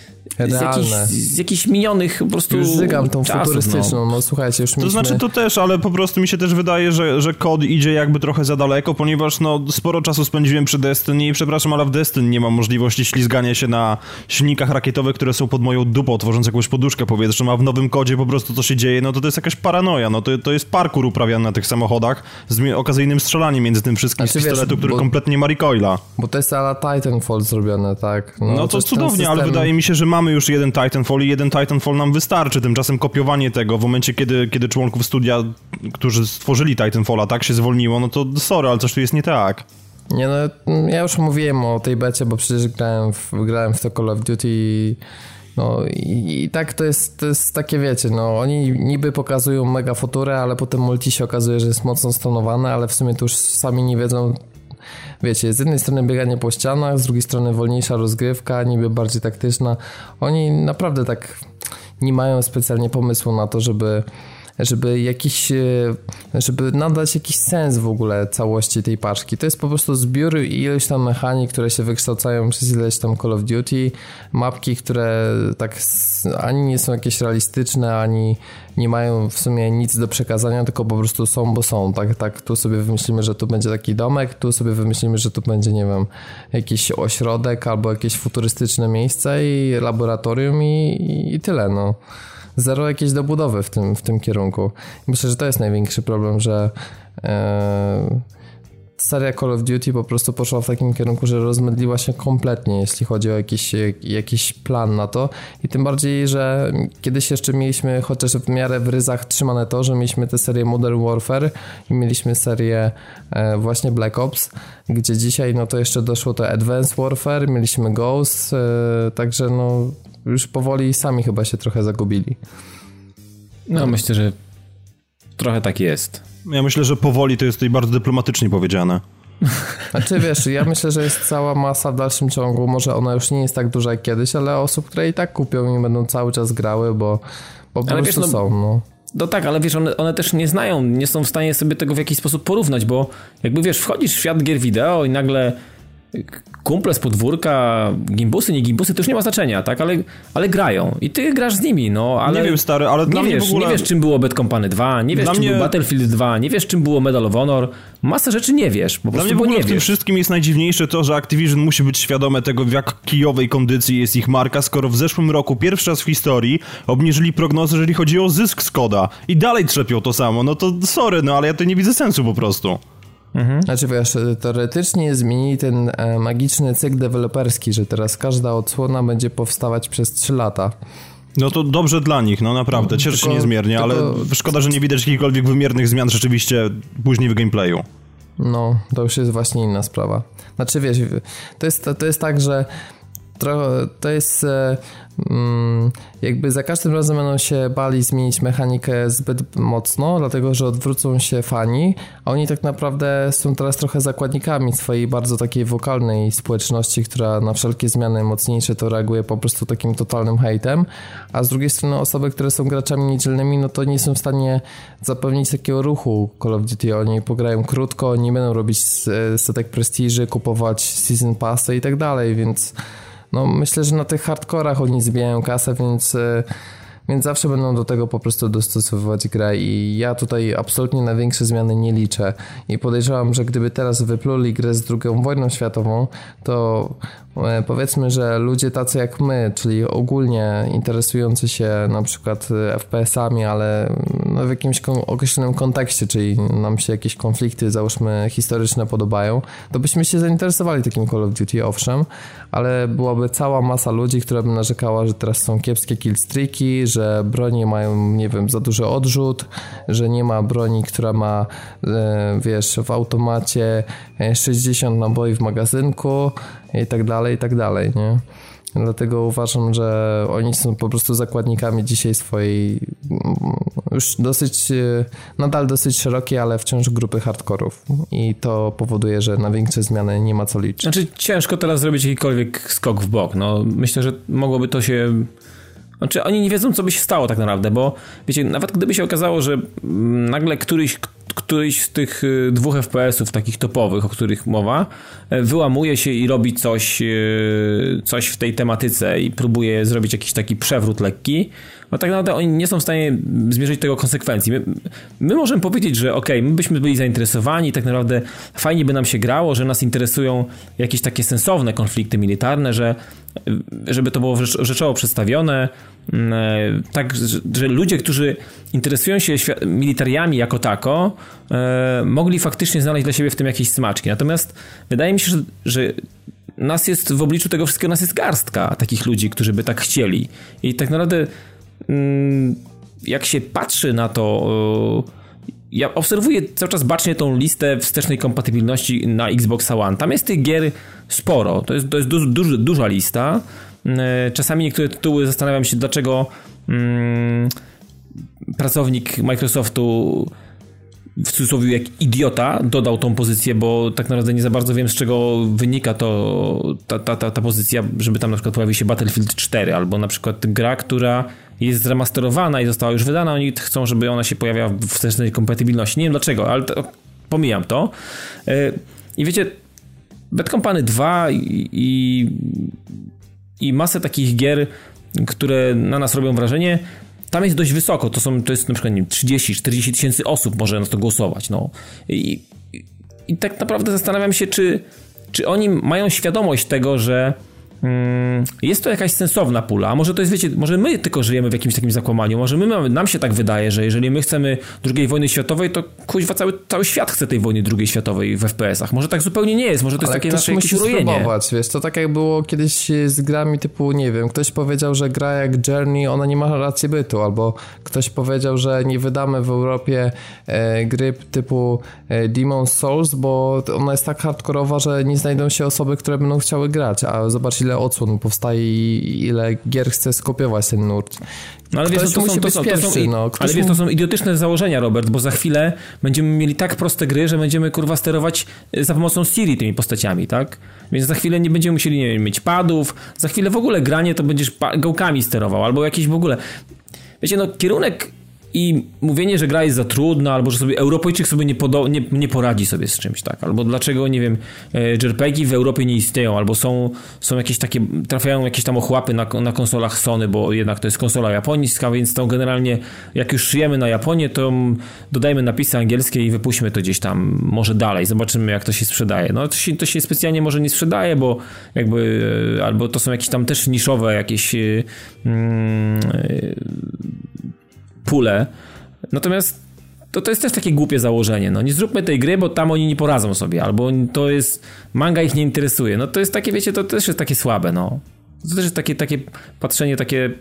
Z jakichś, z jakichś minionych po prostu już zygam tą czasów, futurystyczną, no. no słuchajcie, już To mieliśmy... znaczy to też, ale po prostu mi się też wydaje, że, że kod idzie jakby trochę za daleko, ponieważ no sporo czasu spędziłem przy Destiny i przepraszam, ale w Destiny nie mam możliwości ślizgania się na silnikach rakietowych, które są pod moją dupą, tworząc jakąś poduszkę powietrzną, a w nowym kodzie po prostu to się dzieje, no to to jest jakaś paranoja, no to, to jest parkour uprawiany na tych samochodach z okazyjnym strzelaniem między tym wszystkim znaczy, z pistoletu, wiesz, który bo, kompletnie ma recoila. Bo to jest ala Titanfall zrobione, tak? No, no to, to cudownie, system... ale wydaje mi się, że mamy już jeden Titanfall i jeden Titanfall nam wystarczy. Tymczasem kopiowanie tego w momencie, kiedy, kiedy członków studia, którzy stworzyli Titanfalla, tak się zwolniło, no to sorry, ale coś tu jest nie tak. Nie no, ja już mówiłem o tej becie, bo przecież grałem w, grałem w to Call of Duty i, no, i, i tak to jest, to jest takie, wiecie, no oni niby pokazują mega futurę, ale potem multi się okazuje, że jest mocno stonowane, ale w sumie to już sami nie wiedzą. Wiecie, z jednej strony bieganie po ścianach, z drugiej strony wolniejsza rozgrywka, niby bardziej taktyczna. Oni naprawdę tak nie mają specjalnie pomysłu na to, żeby, żeby jakiś, żeby nadać jakiś sens w ogóle całości tej paczki. To jest po prostu zbiór ilość tam mechanik, które się wykształcają przez ileś tam Call of Duty, mapki, które tak ani nie są jakieś realistyczne, ani nie mają w sumie nic do przekazania, tylko po prostu są, bo są. Tak, tak, tu sobie wymyślimy, że tu będzie taki domek, tu sobie wymyślimy, że tu będzie, nie wiem, jakiś ośrodek albo jakieś futurystyczne miejsce i laboratorium i, i tyle, no. Zero jakieś dobudowy w tym, w tym kierunku. Myślę, że to jest największy problem, że e, seria Call of Duty po prostu poszła w takim kierunku, że rozmydliła się kompletnie, jeśli chodzi o jakiś, jakiś plan na to i tym bardziej, że kiedyś jeszcze mieliśmy chociaż w miarę w ryzach trzymane to, że mieliśmy tę serię Modern Warfare i mieliśmy serię e, właśnie Black Ops, gdzie dzisiaj no to jeszcze doszło to Advanced Warfare, mieliśmy Ghost, e, także no już powoli sami chyba się trochę zagubili. No myślę, że trochę tak jest. Ja myślę, że powoli to jest tutaj bardzo dyplomatycznie powiedziane. Znaczy wiesz, ja myślę, że jest cała masa w dalszym ciągu, może ona już nie jest tak duża jak kiedyś, ale osób, które i tak kupią i będą cały czas grały, bo, bo po ale prostu wiesz, no, są, no. No tak, ale wiesz, one, one też nie znają, nie są w stanie sobie tego w jakiś sposób porównać, bo jakby wiesz, wchodzisz w świat gier wideo i nagle kumple z podwórka, gimbusy, nie gimbusy, to już nie ma znaczenia, tak? Ale, ale grają i ty grasz z nimi, no ale... Nie wiem, stary, ale dla nie mnie wiesz, w ogóle... Nie wiesz, czym było Bad Company dwa, nie wiesz, dla czym mnie... był Battlefield dwa, nie wiesz, czym było Medal of Honor, masę rzeczy nie wiesz, po dla prostu, mnie w ogóle nie w tym wiesz. wszystkim jest najdziwniejsze to, że Activision musi być świadome tego, w jak kijowej kondycji jest ich marka, skoro w zeszłym roku pierwszy raz w historii obniżyli prognozy, jeżeli chodzi o zysk z koda i dalej trzepią to samo, no to sorry, no ale ja tu nie widzę sensu po prostu. Mhm. Znaczy wiesz, teoretycznie zmienili ten e, magiczny cykl deweloperski, że teraz każda odsłona będzie powstawać przez trzy lata. No to dobrze dla nich, no naprawdę, cieszę się niezmiernie, tylko, ale szkoda, że nie widać jakichkolwiek wymiernych zmian rzeczywiście później w gameplayu. No, to już jest właśnie inna sprawa. Znaczy wiesz, to jest, to jest tak, że trochę, to jest e, mm, jakby za każdym razem będą się bali zmienić mechanikę zbyt mocno, dlatego że odwrócą się fani, a oni tak naprawdę są teraz trochę zakładnikami swojej bardzo takiej wokalnej społeczności, która na wszelkie zmiany mocniejsze to reaguje po prostu takim totalnym hejtem, a z drugiej strony osoby, które są graczami niedzielnymi, no to nie są w stanie zapewnić takiego ruchu Call of Duty. Oni pograją krótko, nie będą robić setek prestiży, kupować season passy i tak dalej, więc no myślę, że na tych hardkorach oni zbijają kasę, więc, więc zawsze będą do tego po prostu dostosowywać grę i ja tutaj absolutnie na większe zmiany nie liczę i podejrzewam, że gdyby teraz wypluli grę z drugą wojną światową, to powiedzmy, że ludzie tacy jak my, czyli ogólnie interesujący się na przykład F P S-ami, ale no w jakimś określonym kontekście, czyli nam się jakieś konflikty, załóżmy historyczne podobają, to byśmy się zainteresowali takim Call of Duty, owszem, ale byłaby cała masa ludzi, która by narzekała, że teraz są kiepskie killstreaki, że broni mają, nie wiem, za duży odrzut, że nie ma broni, która ma, wiesz, w automacie sześćdziesiąt naboi w magazynku i tak dalej, i tak dalej, nie? Dlatego uważam, że oni są po prostu zakładnikami dzisiaj swojej już dosyć, nadal dosyć szerokiej, ale wciąż grupy hardkorów i to powoduje, że na większe zmiany nie ma co liczyć. Znaczy ciężko teraz zrobić jakikolwiek skok w bok, no myślę, że mogłoby to się... Znaczy oni nie wiedzą, co by się stało tak naprawdę, bo wiecie, nawet gdyby się okazało, że nagle któryś któryś z tych dwóch F P S-ów takich topowych, o których mowa, wyłamuje się i robi coś, coś w tej tematyce i próbuje zrobić jakiś taki przewrót lekki, no tak naprawdę oni nie są w stanie zmierzyć tego konsekwencji. My, my możemy powiedzieć, że okej, okay, my byśmy byli zainteresowani, tak naprawdę fajnie by nam się grało, że nas interesują jakieś takie sensowne konflikty militarne, że żeby to było rzeczowo przedstawione, tak, że ludzie, którzy interesują się militariami jako tako, mogli faktycznie znaleźć dla siebie w tym jakieś smaczki. Natomiast wydaje mi się, że, że nas jest w obliczu tego wszystkiego, nas jest garstka takich ludzi, którzy by tak chcieli. I tak naprawdę jak się patrzy na to, ja obserwuję cały czas bacznie tą listę wstecznej kompatybilności na Xbox One. Tam jest tych gier sporo. To jest, to jest duż, duż, duża lista. Czasami niektóre tytuły zastanawiam się, dlaczego mm, pracownik Microsoftu w cudzysłowie jak idiota dodał tą pozycję, bo tak naprawdę nie za bardzo wiem, z czego wynika to ta, ta, ta, ta pozycja, żeby tam na przykład pojawił się Battlefield cztery albo na przykład gra, która jest zremasterowana i została już wydana, oni chcą, żeby ona się pojawiała w wstecznej kompatybilności. Nie wiem dlaczego, ale to, pomijam to. I wiecie, Bad Company dwa i, i, i masę takich gier, które na nas robią wrażenie, tam jest dość wysoko. To są, to jest na przykład nie wiem, trzydzieści czterdzieści tysięcy osób może na to głosować. No. I, i, I tak naprawdę zastanawiam się, czy, czy oni mają świadomość tego, że mm, jest to jakaś sensowna pula. A może to jest, wiecie, może my tylko żyjemy w jakimś takim zakłamaniu. Może my mamy, nam się tak wydaje, że jeżeli my chcemy drugiej wojny światowej, to kuźwa cały, cały świat chce tej wojny drugiej światowej w F P S-ach. Może tak zupełnie nie jest. Może to jest ale takie nasze jakieś urojenie. Wiesz, to tak jak było kiedyś z grami typu, nie wiem, ktoś powiedział, że gra jak Journey, ona nie ma racji bytu, albo ktoś powiedział, że nie wydamy w Europie e, gry typu e, Demon's Souls, bo ona jest tak hardkorowa, że nie znajdą się osoby, które będą chciały grać, a zobacz ile odsłon powstaje i ile gier chce skopiować ten nurt. No ale wiesz, to, to, są, to, są, to, są, no, ale wiesz, to są idiotyczne założenia, Robert, bo za chwilę będziemy mieli tak proste gry, że będziemy kurwa sterować za pomocą Siri tymi postaciami, tak? Więc za chwilę nie będziemy musieli, nie wiem, mieć padów, za chwilę w ogóle granie to będziesz gałkami sterował, albo jakieś w ogóle... Wiecie, no kierunek I mówienie, że gra jest za trudna, albo że sobie Europejczyk sobie nie, podo- nie, nie poradzi sobie z czymś, tak? Albo dlaczego, nie wiem, J R P G w Europie nie istnieją, albo są, są jakieś takie, trafiają jakieś tam ochłapy na, na konsolach Sony, bo jednak to jest konsola japońska, więc to generalnie, jak już szyjemy na Japonię, to dodajmy napisy angielskie i wypuśćmy to gdzieś tam może dalej, zobaczymy, jak to się sprzedaje. No to się, to się specjalnie może nie sprzedaje, bo jakby, albo to są jakieś tam też niszowe jakieś mm, pule. Natomiast to, to jest też takie głupie założenie. No nie zróbmy tej gry, bo tam oni nie poradzą sobie, albo to jest, manga ich nie interesuje. No to jest takie, wiecie, to też jest takie słabe, no. To też jest takie, takie patrzenie, takie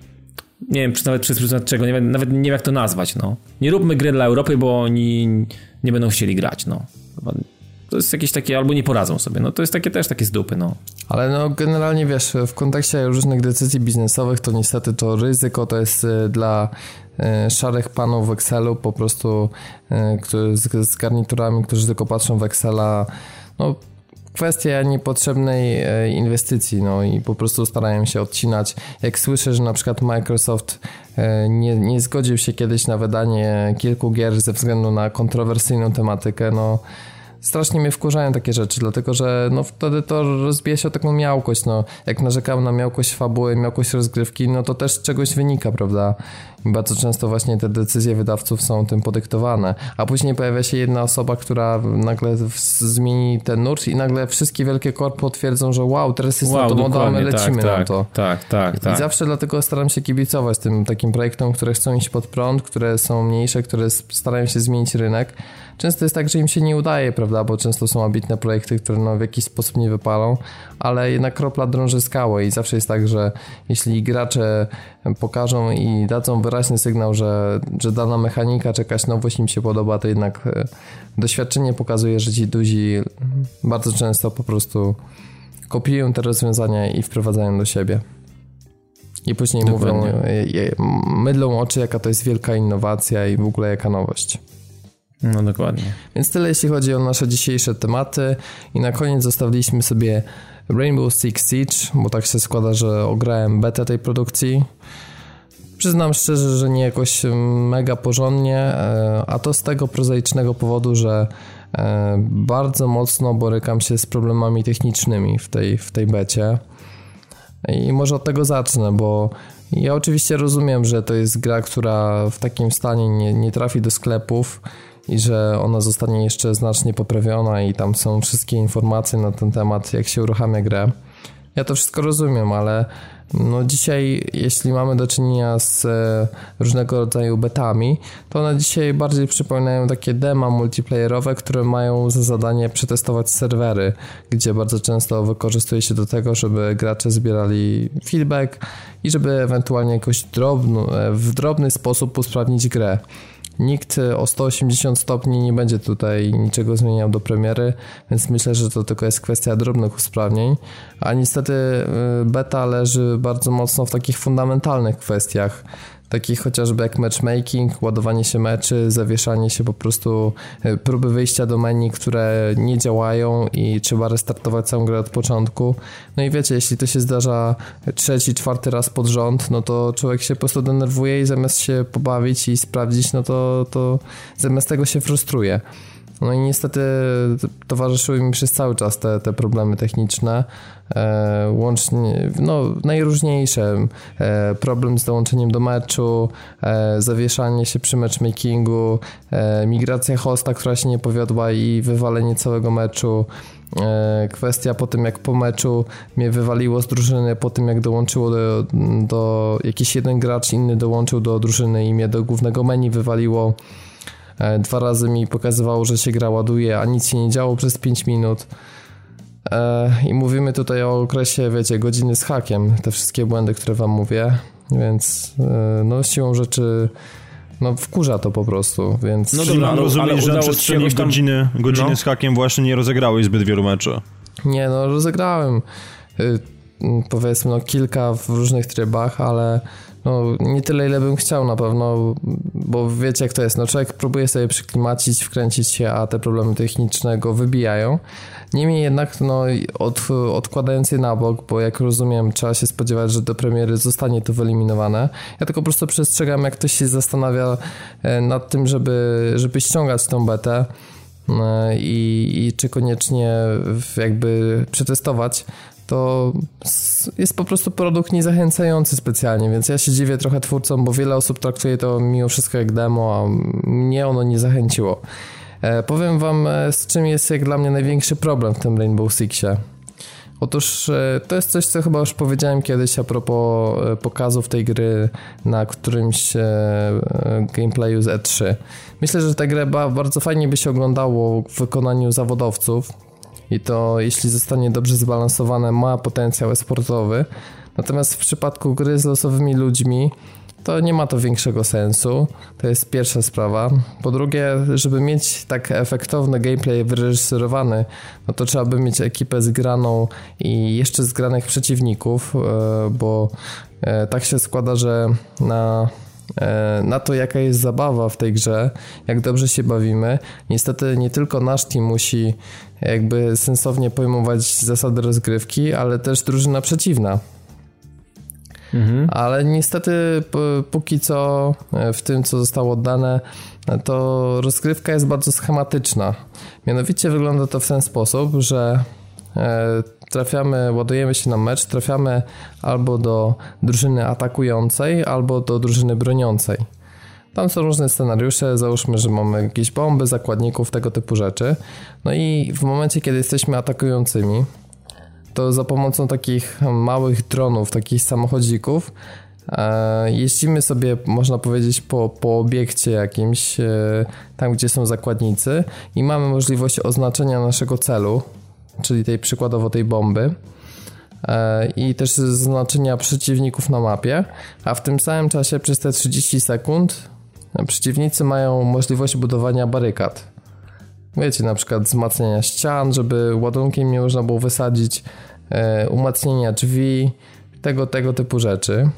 nie wiem, nawet przez pryzmat czego, nie, nawet nie wiem jak to nazwać, no. Nie róbmy gry dla Europy, bo oni nie będą chcieli grać, no. To jest jakieś takie, albo nie poradzą sobie, no to jest takie też takie z dupy, no. Ale no generalnie wiesz, w kontekście różnych decyzji biznesowych to niestety to ryzyko to jest dla y, szarych panów w Excelu po prostu y, który, z, z garniturami, którzy tylko patrzą w Excela, no kwestia niepotrzebnej y, inwestycji, no i po prostu starają się odcinać. Jak słyszę, że na przykład Microsoft y, nie, nie zgodził się kiedyś na wydanie kilku gier ze względu na kontrowersyjną tematykę, no strasznie mnie wkurzają takie rzeczy, dlatego że no wtedy to rozbija się o taką miałkość, no jak narzekamy na miałkość fabuły, miałkość rozgrywki, no to też z czegoś wynika, prawda? I bardzo często właśnie te decyzje wydawców są tym podyktowane, a później pojawia się jedna osoba, która nagle zmieni ten nurt i nagle wszystkie wielkie korpo twierdzą, że wow, teraz jest wow, na to moda, a my lecimy tak, na to. Tak, tak, I tak. zawsze dlatego staram się kibicować tym takim projektom, które chcą iść pod prąd, które są mniejsze, które starają się zmienić rynek. Często jest tak, że im się nie udaje, prawda, bo często są ambitne projekty, które no w jakiś sposób nie wypalą, ale jednak kropla drąży skałę i zawsze jest tak, że jeśli gracze pokażą i dadzą wyraźny sygnał, że, że dana mechanika czy jakaś nowość im się podoba, to jednak doświadczenie pokazuje, że ci duzi bardzo często po prostu kopiują te rozwiązania i wprowadzają do siebie. I później Dokładnie. mówią, mydlą oczy, jaka to jest wielka innowacja i w ogóle jaka nowość. No dokładnie. Więc tyle jeśli chodzi o nasze dzisiejsze tematy i na koniec zostawiliśmy sobie Rainbow Six Siege, bo tak się składa, że ograłem betę tej produkcji. Przyznam szczerze, że nie jakoś mega porządnie, a to z tego prozaicznego powodu, że bardzo mocno borykam się z problemami technicznymi w tej, w tej becie. I może od tego zacznę, bo ja oczywiście rozumiem, że to jest gra, która w takim stanie nie, nie trafi do sklepów i że ona zostanie jeszcze znacznie poprawiona i tam są wszystkie informacje na ten temat, jak się uruchamia grę. Ja to wszystko rozumiem, ale no dzisiaj, jeśli mamy do czynienia z e, różnego rodzaju betami, to one dzisiaj bardziej przypominają takie dema multiplayerowe, które mają za zadanie przetestować serwery, gdzie bardzo często wykorzystuje się do tego, żeby gracze zbierali feedback i żeby ewentualnie jakoś drobno, w drobny sposób usprawnić grę. Nikt o sto osiemdziesiąt stopni nie będzie tutaj niczego zmieniał do premiery, więc myślę, że to tylko jest kwestia drobnych usprawnień, a niestety beta leży bardzo mocno w takich fundamentalnych kwestiach, takich chociażby jak matchmaking, ładowanie się meczy, zawieszanie się po prostu, próby wyjścia do menu, które nie działają i trzeba restartować całą grę od początku. No i wiecie, jeśli to się zdarza trzeci, czwarty raz pod rząd, no to człowiek się po prostu denerwuje i zamiast się pobawić i sprawdzić, no to, to zamiast tego się frustruje. No i niestety towarzyszyły mi przez cały czas te, te problemy techniczne, e, łącznie, no najróżniejsze, e, problem z dołączeniem do meczu, e, zawieszanie się przy matchmakingu, e, migracja hosta, która się nie powiodła i wywalenie całego meczu, e, kwestia po tym jak po meczu mnie wywaliło z drużyny, po tym jak dołączyło do, do jakiś jeden gracz, inny dołączył do drużyny i mnie do głównego menu wywaliło. Dwa razy mi pokazywało, że się gra ładuje, a nic się nie działo przez pięć minut. I mówimy tutaj o okresie, wiecie, godziny z hakiem, te wszystkie błędy, które wam mówię, więc no siłą rzeczy no wkurza to po prostu, więc... No dobra, no, rozumiem, ale że przez te tam... godziny, godziny no. z hakiem właśnie nie rozegrałeś zbyt wielu meczy. Nie, no rozegrałem. powiedzmy no kilka w różnych trybach, ale no nie tyle ile bym chciał na pewno, bo wiecie jak to jest, no człowiek próbuje sobie przyklimacić, wkręcić się, a te problemy techniczne go wybijają. Niemniej jednak no od, odkładając je na bok, bo jak rozumiem trzeba się spodziewać, że do premiery zostanie to wyeliminowane. Ja tylko po prostu przestrzegam, jak ktoś się zastanawia nad tym, żeby, żeby ściągać tą betę i, i czy koniecznie jakby przetestować, to jest po prostu produkt niezachęcający specjalnie, więc ja się dziwię trochę twórcom, bo wiele osób traktuje to mimo wszystko jak demo, a mnie ono nie zachęciło. E, powiem wam, z czym jest jak dla mnie największy problem w tym Rainbow Sixie. Otóż e, to jest coś, co chyba już powiedziałem kiedyś a propos e, pokazów tej gry na którymś e, gameplayu z E trzy. Myślę, że tę grę ba, bardzo fajnie by się oglądało w wykonaniu zawodowców i to jeśli zostanie dobrze zbalansowane, ma potencjał e-sportowy. Natomiast w przypadku gry z losowymi ludźmi to nie ma to większego sensu. To jest pierwsza sprawa. Po drugie, żeby mieć tak efektowny gameplay wyreżyserowany, no to trzeba by mieć ekipę zgraną i jeszcze zgranych przeciwników, bo tak się składa, że na na to, jaka jest zabawa w tej grze, jak dobrze się bawimy, niestety nie tylko nasz team musi jakby sensownie pojmować zasady rozgrywki, ale też drużyna przeciwna. Mhm. Ale niestety p- póki co w tym, co zostało oddane, to rozgrywka jest bardzo schematyczna. Mianowicie wygląda to w ten sposób, że e, trafiamy, ładujemy się na mecz, trafiamy albo do drużyny atakującej, albo do drużyny broniącej. Tam są różne scenariusze, załóżmy, że mamy jakieś bomby, zakładników, tego typu rzeczy. No i w momencie, kiedy jesteśmy atakującymi, to za pomocą takich małych dronów, takich samochodzików e, jeździmy sobie, można powiedzieć, po, po obiekcie jakimś, e, tam gdzie są zakładnicy i mamy możliwość oznaczenia naszego celu, czyli tej przykładowo tej bomby e, i też zaznaczenia przeciwników na mapie, a w tym samym czasie przez te trzydzieści sekund przeciwnicy mają możliwość budowania barykad. Wiecie, na przykład wzmacniania ścian, żeby ładunkiem nie można było wysadzić, e, umacnienia drzwi, tego, tego typu rzeczy.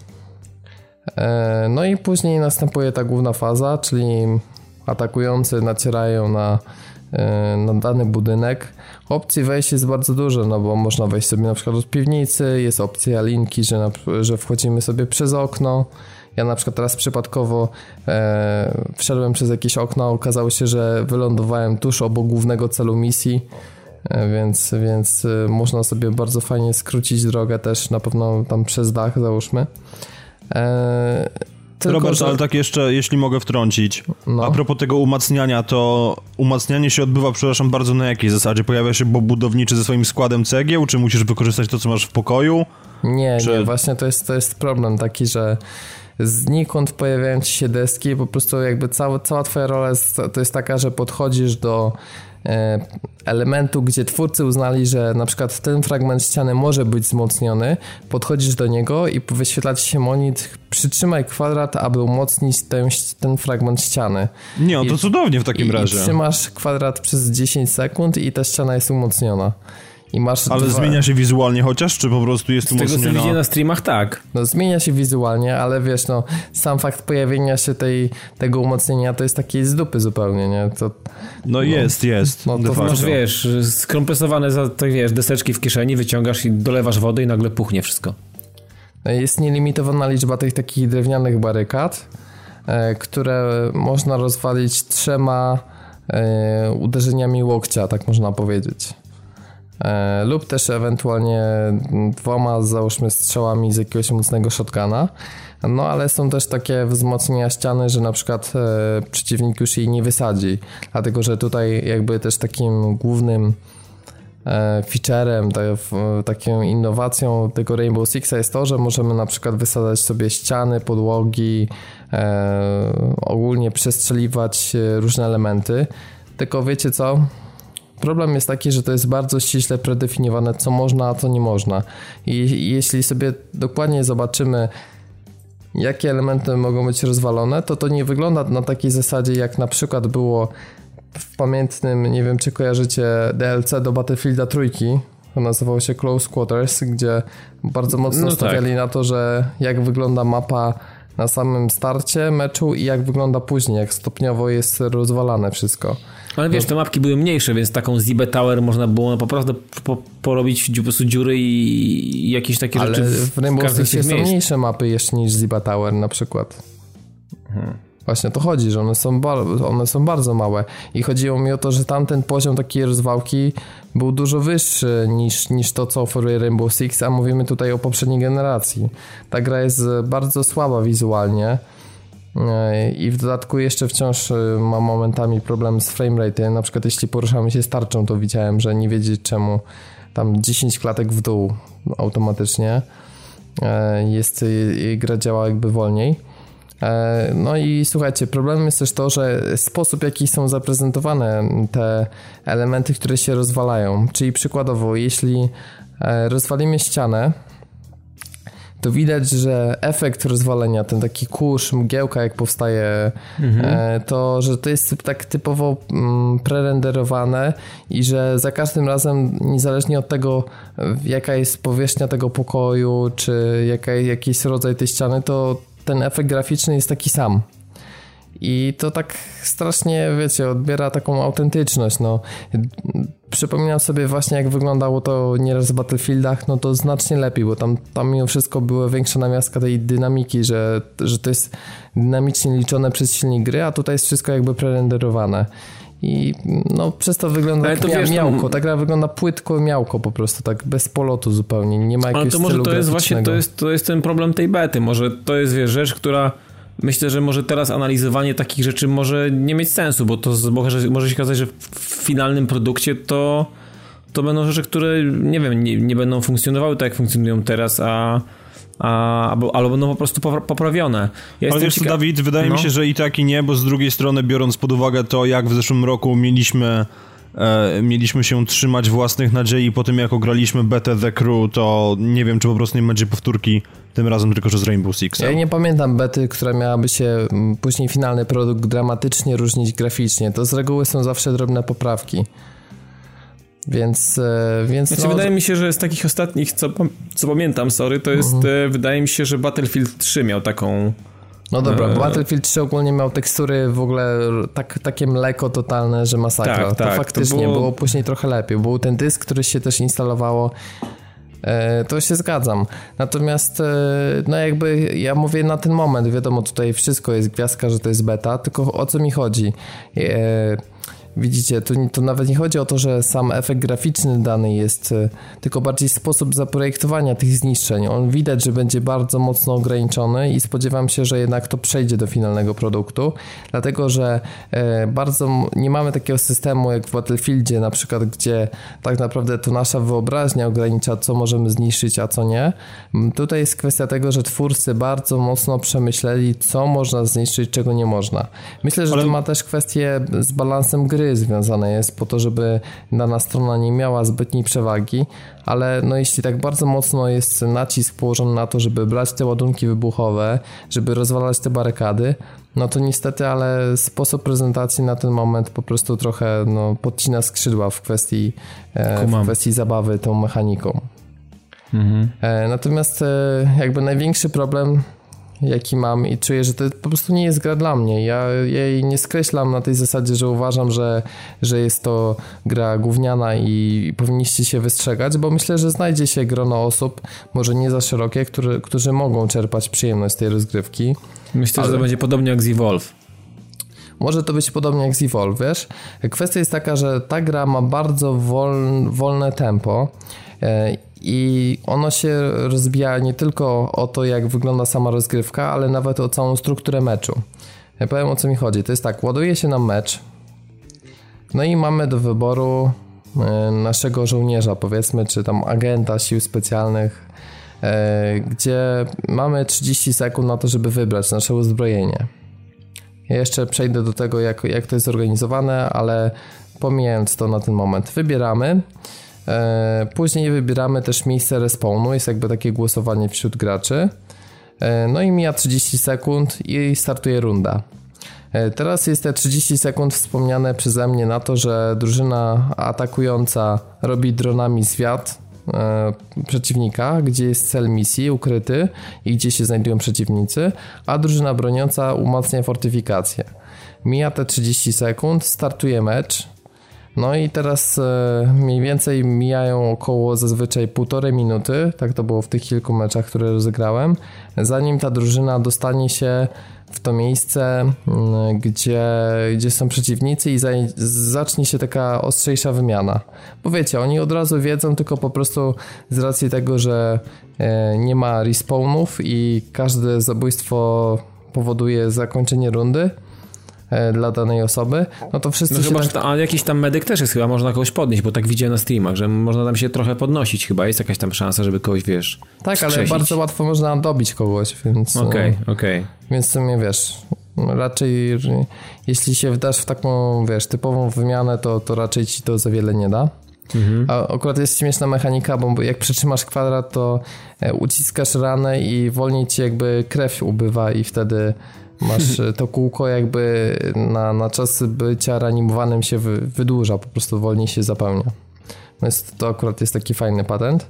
E, no i później następuje ta główna faza, czyli atakujący nacierają na, e, na dany budynek. Opcji wejść jest bardzo dużo, no bo można wejść sobie na przykład od piwnicy, jest opcja linki, że, na, że wchodzimy sobie przez okno. Ja na przykład teraz przypadkowo e, wszedłem przez jakieś okno, okazało się, że wylądowałem tuż obok głównego celu misji, e, więc, więc e, można sobie bardzo fajnie skrócić drogę też na pewno tam przez dach, załóżmy. E, tylko, Robert, że... ale tak jeszcze, jeśli mogę wtrącić, no. A propos tego umacniania, to umacnianie się odbywa, przepraszam bardzo, na jakiej zasadzie? Pojawia się bo budowniczy ze swoim składem cegieł, czy musisz wykorzystać to, co masz w pokoju? Nie, czy... nie, właśnie to jest, to jest problem taki, że znikąd pojawiają ci się deski, po prostu jakby cała, cała twoja rola jest, to jest taka, że podchodzisz do e, elementu, gdzie twórcy uznali, że na przykład ten fragment ściany może być wzmocniony, podchodzisz do niego i wyświetla ci się monitor, przytrzymaj kwadrat, aby umocnić ten, ten fragment ściany. Nie, no to I, cudownie w takim i, razie. I trzymasz kwadrat przez dziesięć sekund i ta ściana jest umocniona. I masz Ale dwa... zmienia się wizualnie chociaż, czy po prostu jest umocniona? Z tego, co widzę na streamach, tak. No zmienia się wizualnie, ale wiesz, no sam fakt pojawienia się tej, tego umocnienia to jest takie z dupy zupełnie, nie? To, no, no jest, jest. No to masz, wiesz, skompresowane za, tak wiesz, deseczki w kieszeni, wyciągasz i dolewasz wody i nagle puchnie wszystko. Jest nielimitowana liczba tych takich drewnianych barykad, e, które można rozwalić trzema e, uderzeniami łokcia, tak można powiedzieć. E, lub też ewentualnie dwoma, załóżmy, strzałami z jakiegoś mocnego shotguna. No ale są też takie wzmocnienia ściany, że na przykład e, przeciwnik już jej nie wysadzi, dlatego że tutaj jakby też takim głównym e, featurem, tak, taką innowacją tego Rainbow Sixa jest to, że możemy na przykład wysadzać sobie ściany, podłogi, e, ogólnie przestrzeliwać różne elementy, tylko wiecie co? Problem jest taki, że to jest bardzo ściśle predefiniowane, co można, a co nie można. I jeśli sobie dokładnie zobaczymy, jakie elementy mogą być rozwalone, to to nie wygląda na takiej zasadzie, jak na przykład było w pamiętnym, nie wiem czy kojarzycie, D L C do Battlefielda trójki, nazywał się Close Quarters, gdzie bardzo mocno no stawiali tak. na to, że jak wygląda mapa na samym starcie meczu i jak wygląda później, jak stopniowo jest rozwalane wszystko. Ale wiesz, no. te mapki były mniejsze, więc taką Zibę Tower można było po prostu po, porobić po prostu dziury i, i jakieś takie Ale rzeczy. Ale w Rainbow Sixie są mniejsze mapy jeszcze niż Zibę Tower na przykład. Hmm. Właśnie o to chodzi, że one są, bar- one są bardzo małe i chodziło mi o to, że tamten poziom takiej rozwałki był dużo wyższy niż, niż to, co oferuje Rainbow Six, a mówimy tutaj o poprzedniej generacji. Ta gra jest bardzo słaba wizualnie i w dodatku jeszcze wciąż ma momentami problem z framerate'em. Na przykład jeśli poruszamy się z tarczą, to widziałem, że nie wiedzieć czemu tam dziesięć klatek w dół automatycznie jest, gra działa jakby wolniej. No i słuchajcie, problemem jest też to, że sposób, w jaki są zaprezentowane te elementy, które się rozwalają, czyli przykładowo, jeśli rozwalimy ścianę, to widać, że efekt rozwalenia, ten taki kurz, mgiełka jak powstaje, mhm. to, że to jest tak typowo prerenderowane i że za każdym razem, niezależnie od tego, jaka jest powierzchnia tego pokoju, czy jaka, jaki jest rodzaj tej ściany, to ten efekt graficzny jest taki sam. I to tak strasznie, wiecie, odbiera taką autentyczność, no. Przypominam sobie właśnie, jak wyglądało to nieraz w Battlefieldach, no to znacznie lepiej, bo tam, tam mimo wszystko była większa namiastka tej dynamiki, że, że to jest dynamicznie liczone przez silnik gry, a tutaj jest wszystko jakby prerenderowane. I no przez to wygląda jak mia- wiesz, miałko. Ta gra wygląda płytko miałko po prostu, tak bez polotu zupełnie. Nie ma jakiegoś stylu graficznego. Ale to może to jest właśnie, to jest, to jest ten problem tej bety. Może to jest, wiesz, rzecz, która myślę, że może teraz analizowanie takich rzeczy może nie mieć sensu, bo to może, może się okazać, że w finalnym produkcie to, to będą rzeczy, które nie wiem, nie, nie będą funkcjonowały tak, jak funkcjonują teraz, a A, albo, albo będą po prostu poprawione. Ja Ale wiesz co, cieka- Dawid, wydaje no. mi się, że i tak i nie, bo z drugiej strony, biorąc pod uwagę to, jak w zeszłym roku mieliśmy e, mieliśmy się trzymać własnych nadziei po tym, jak ograliśmy betę The Crew, to nie wiem, czy po prostu nie będzie powtórki tym razem tylko, że z Rainbow Six. Ja nie pamiętam bety, która miałaby się później finalny produkt dramatycznie różnić graficznie. To z reguły są zawsze drobne poprawki. Więc, więc znaczy, no... wydaje mi się, że z takich ostatnich, co, co pamiętam, sorry, to jest, mhm. wydaje mi się, że Battlefield trzy miał taką... No dobra, e... Battlefield trzy ogólnie miał tekstury w ogóle tak, takie mleko totalne, że masakra. Tak, to tak, faktycznie to było... było później trochę lepiej. Był ten dysk, który się też instalowało. E, to się zgadzam. Natomiast e, no jakby ja mówię na ten moment, wiadomo, tutaj wszystko jest gwiazdka, że to jest beta, tylko o co mi chodzi? E, Widzicie, tu, tu nawet nie chodzi o to, że sam efekt graficzny dany jest, tylko bardziej sposób zaprojektowania tych zniszczeń. On widać, że będzie bardzo mocno ograniczony i spodziewam się, że jednak to przejdzie do finalnego produktu, dlatego, że e, bardzo nie mamy takiego systemu jak w Battlefieldzie na przykład, gdzie tak naprawdę to nasza wyobraźnia ogranicza, co możemy zniszczyć, a co nie. Tutaj jest kwestia tego, że twórcy bardzo mocno przemyśleli, co można zniszczyć, czego nie można. Myślę, że Ale... to ma też kwestię z balansem gry związane jest po to, żeby dana strona nie miała zbytniej przewagi, ale no jeśli tak bardzo mocno jest nacisk położony na to, żeby brać te ładunki wybuchowe, żeby rozwalać te barykady, no to niestety, ale sposób prezentacji na ten moment po prostu trochę no, podcina skrzydła w kwestii, e, w kwestii zabawy tą mechaniką. Mhm. E, natomiast e, jakby największy problem, jaki mam i czuję, że to po prostu nie jest gra dla mnie. Ja, ja jej nie skreślam na tej zasadzie, że uważam, że, że jest to gra gówniana i powinniście się wystrzegać, bo myślę, że znajdzie się grono osób, może nie za szerokie, które, którzy mogą czerpać przyjemność z tej rozgrywki. Myślę, ale... że to będzie podobnie jak z Evolve. Może to być podobnie jak z Evolve, wiesz? Kwestia jest taka, że ta gra ma bardzo wol, wolne tempo i ono się rozbija nie tylko o to, jak wygląda sama rozgrywka, ale nawet o całą strukturę meczu. Ja powiem, o co mi chodzi. To jest tak, ładuje się nam mecz, no i mamy do wyboru naszego żołnierza, powiedzmy, czy tam agenta sił specjalnych, gdzie mamy trzydzieści sekund na to, żeby wybrać nasze uzbrojenie. Ja jeszcze przejdę do tego, jak, jak to jest zorganizowane, ale pomijając to na ten moment, wybieramy. E, później wybieramy też miejsce respawnu, jest jakby takie głosowanie wśród graczy. E, no i mija trzydzieści sekund i startuje runda. Teraz jest te trzydzieści sekund wspomniane przeze mnie na to, że drużyna atakująca robi dronami zwiat e, przeciwnika, gdzie jest cel misji ukryty i gdzie się znajdują przeciwnicy, a drużyna broniąca umacnia fortyfikację. Mija te trzydzieści sekund, startuje mecz. No i teraz e, mniej więcej mijają około zazwyczaj półtorej minuty, tak to było w tych kilku meczach, które rozegrałem, zanim ta drużyna dostanie się w to miejsce, gdzie, gdzie są przeciwnicy i za, zacznie się taka ostrzejsza wymiana. Bo wiecie, oni od razu wiedzą, tylko po prostu z racji tego, że e, nie ma respawnów i każde zabójstwo powoduje zakończenie rundy dla danej osoby, no to wszyscy no się chyba, tak... że ta, a jakiś tam medyk też jest chyba, można kogoś podnieść, bo tak widziałem na streamach, że można tam się trochę podnosić chyba, jest jakaś tam szansa, żeby kogoś, wiesz, tak, wskrzesić. Ale bardzo łatwo można dobić kogoś, więc... Okej, okay, okej. Okay. Więc w sumie, wiesz, raczej jeśli się wdasz w taką, wiesz, typową wymianę, to, to raczej ci to za wiele nie da. Mhm. A akurat jest śmieszna mechanika, bo jak przytrzymasz kwadrat, to uciskasz ranę i wolniej ci jakby krew ubywa i wtedy masz to kółko jakby na, na czas bycia reanimowanym się wy, wydłuża, po prostu wolniej się zapełnia. No jest, to akurat jest taki fajny patent.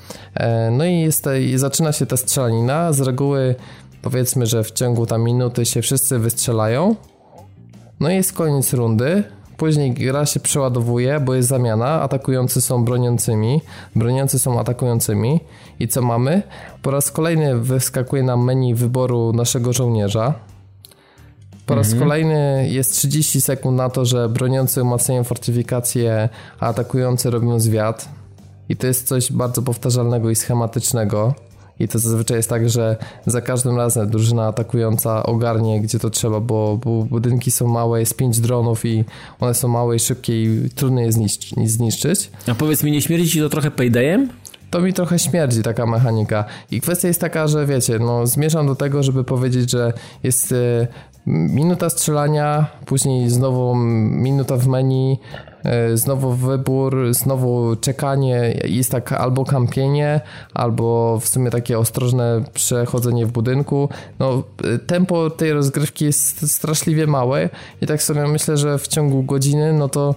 No i, jest, i zaczyna się ta strzelanina. Z reguły powiedzmy, że w ciągu tam minuty się wszyscy wystrzelają. No i jest koniec rundy. Później gra się przeładowuje, bo jest zamiana. Atakujący są broniącymi, broniący są atakującymi. I co mamy? Po raz kolejny wyskakuje nam menu wyboru naszego żołnierza. Po raz mhm. kolejny jest trzydzieści sekund na to, że broniący umacniają fortyfikację, a atakujący robią zwiat. I to jest coś bardzo powtarzalnego i schematycznego. I to zazwyczaj jest tak, że za każdym razem drużyna atakująca ogarnie, gdzie to trzeba, bo, bo budynki są małe, jest pięć dronów i one są małe i szybkie i trudno je zniszczy, zniszczyć. A powiedz mi, nie śmierdzi ci to trochę paydayem? To mi trochę śmierdzi taka mechanika. I kwestia jest taka, że wiecie, no zmierzam do tego, żeby powiedzieć, że jest y, minuta strzelania, później znowu minuta w menu, y, znowu wybór, znowu czekanie, jest tak albo kampienie, albo w sumie takie ostrożne przechodzenie w budynku. No tempo tej rozgrywki jest straszliwie małe i tak sobie myślę, że w ciągu godziny, no to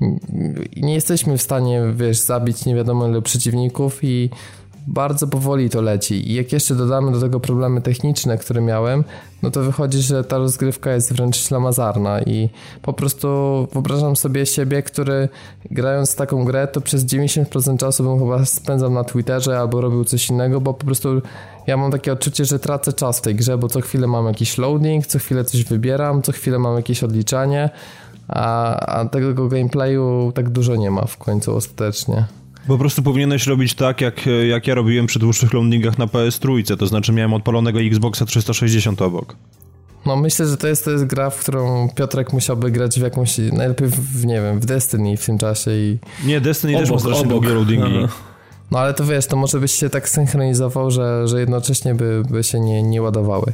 nie jesteśmy w stanie, wiesz, zabić nie wiadomo ile przeciwników i bardzo powoli to leci. I jak jeszcze dodamy do tego problemy techniczne, które miałem, no to wychodzi, że ta rozgrywka jest wręcz ślamazarna i po prostu wyobrażam sobie siebie, który grając taką grę, to przez dziewięćdziesiąt procent czasu bym chyba spędzał na Twitterze albo robił coś innego, bo po prostu ja mam takie odczucie, że tracę czas w tej grze, bo co chwilę mam jakiś loading, co chwilę coś wybieram, co chwilę mam jakieś odliczanie, a, a tego gameplayu tak dużo nie ma w końcu ostatecznie. Po prostu powinieneś robić tak, jak, jak ja robiłem przy dłuższych loadingach na P S trzy, to znaczy miałem odpalonego Xboxa trzysta sześćdziesiąt obok. No myślę, że to jest, to jest gra, w którą Piotrek musiałby grać w jakąś, najlepiej w, nie wiem, w Destiny w tym czasie i... Nie, Destiny obok, też ma strasznie długie loadingi. No ale to wiesz, to może byś się tak synchronizował, że, że jednocześnie by, by się nie, nie ładowały.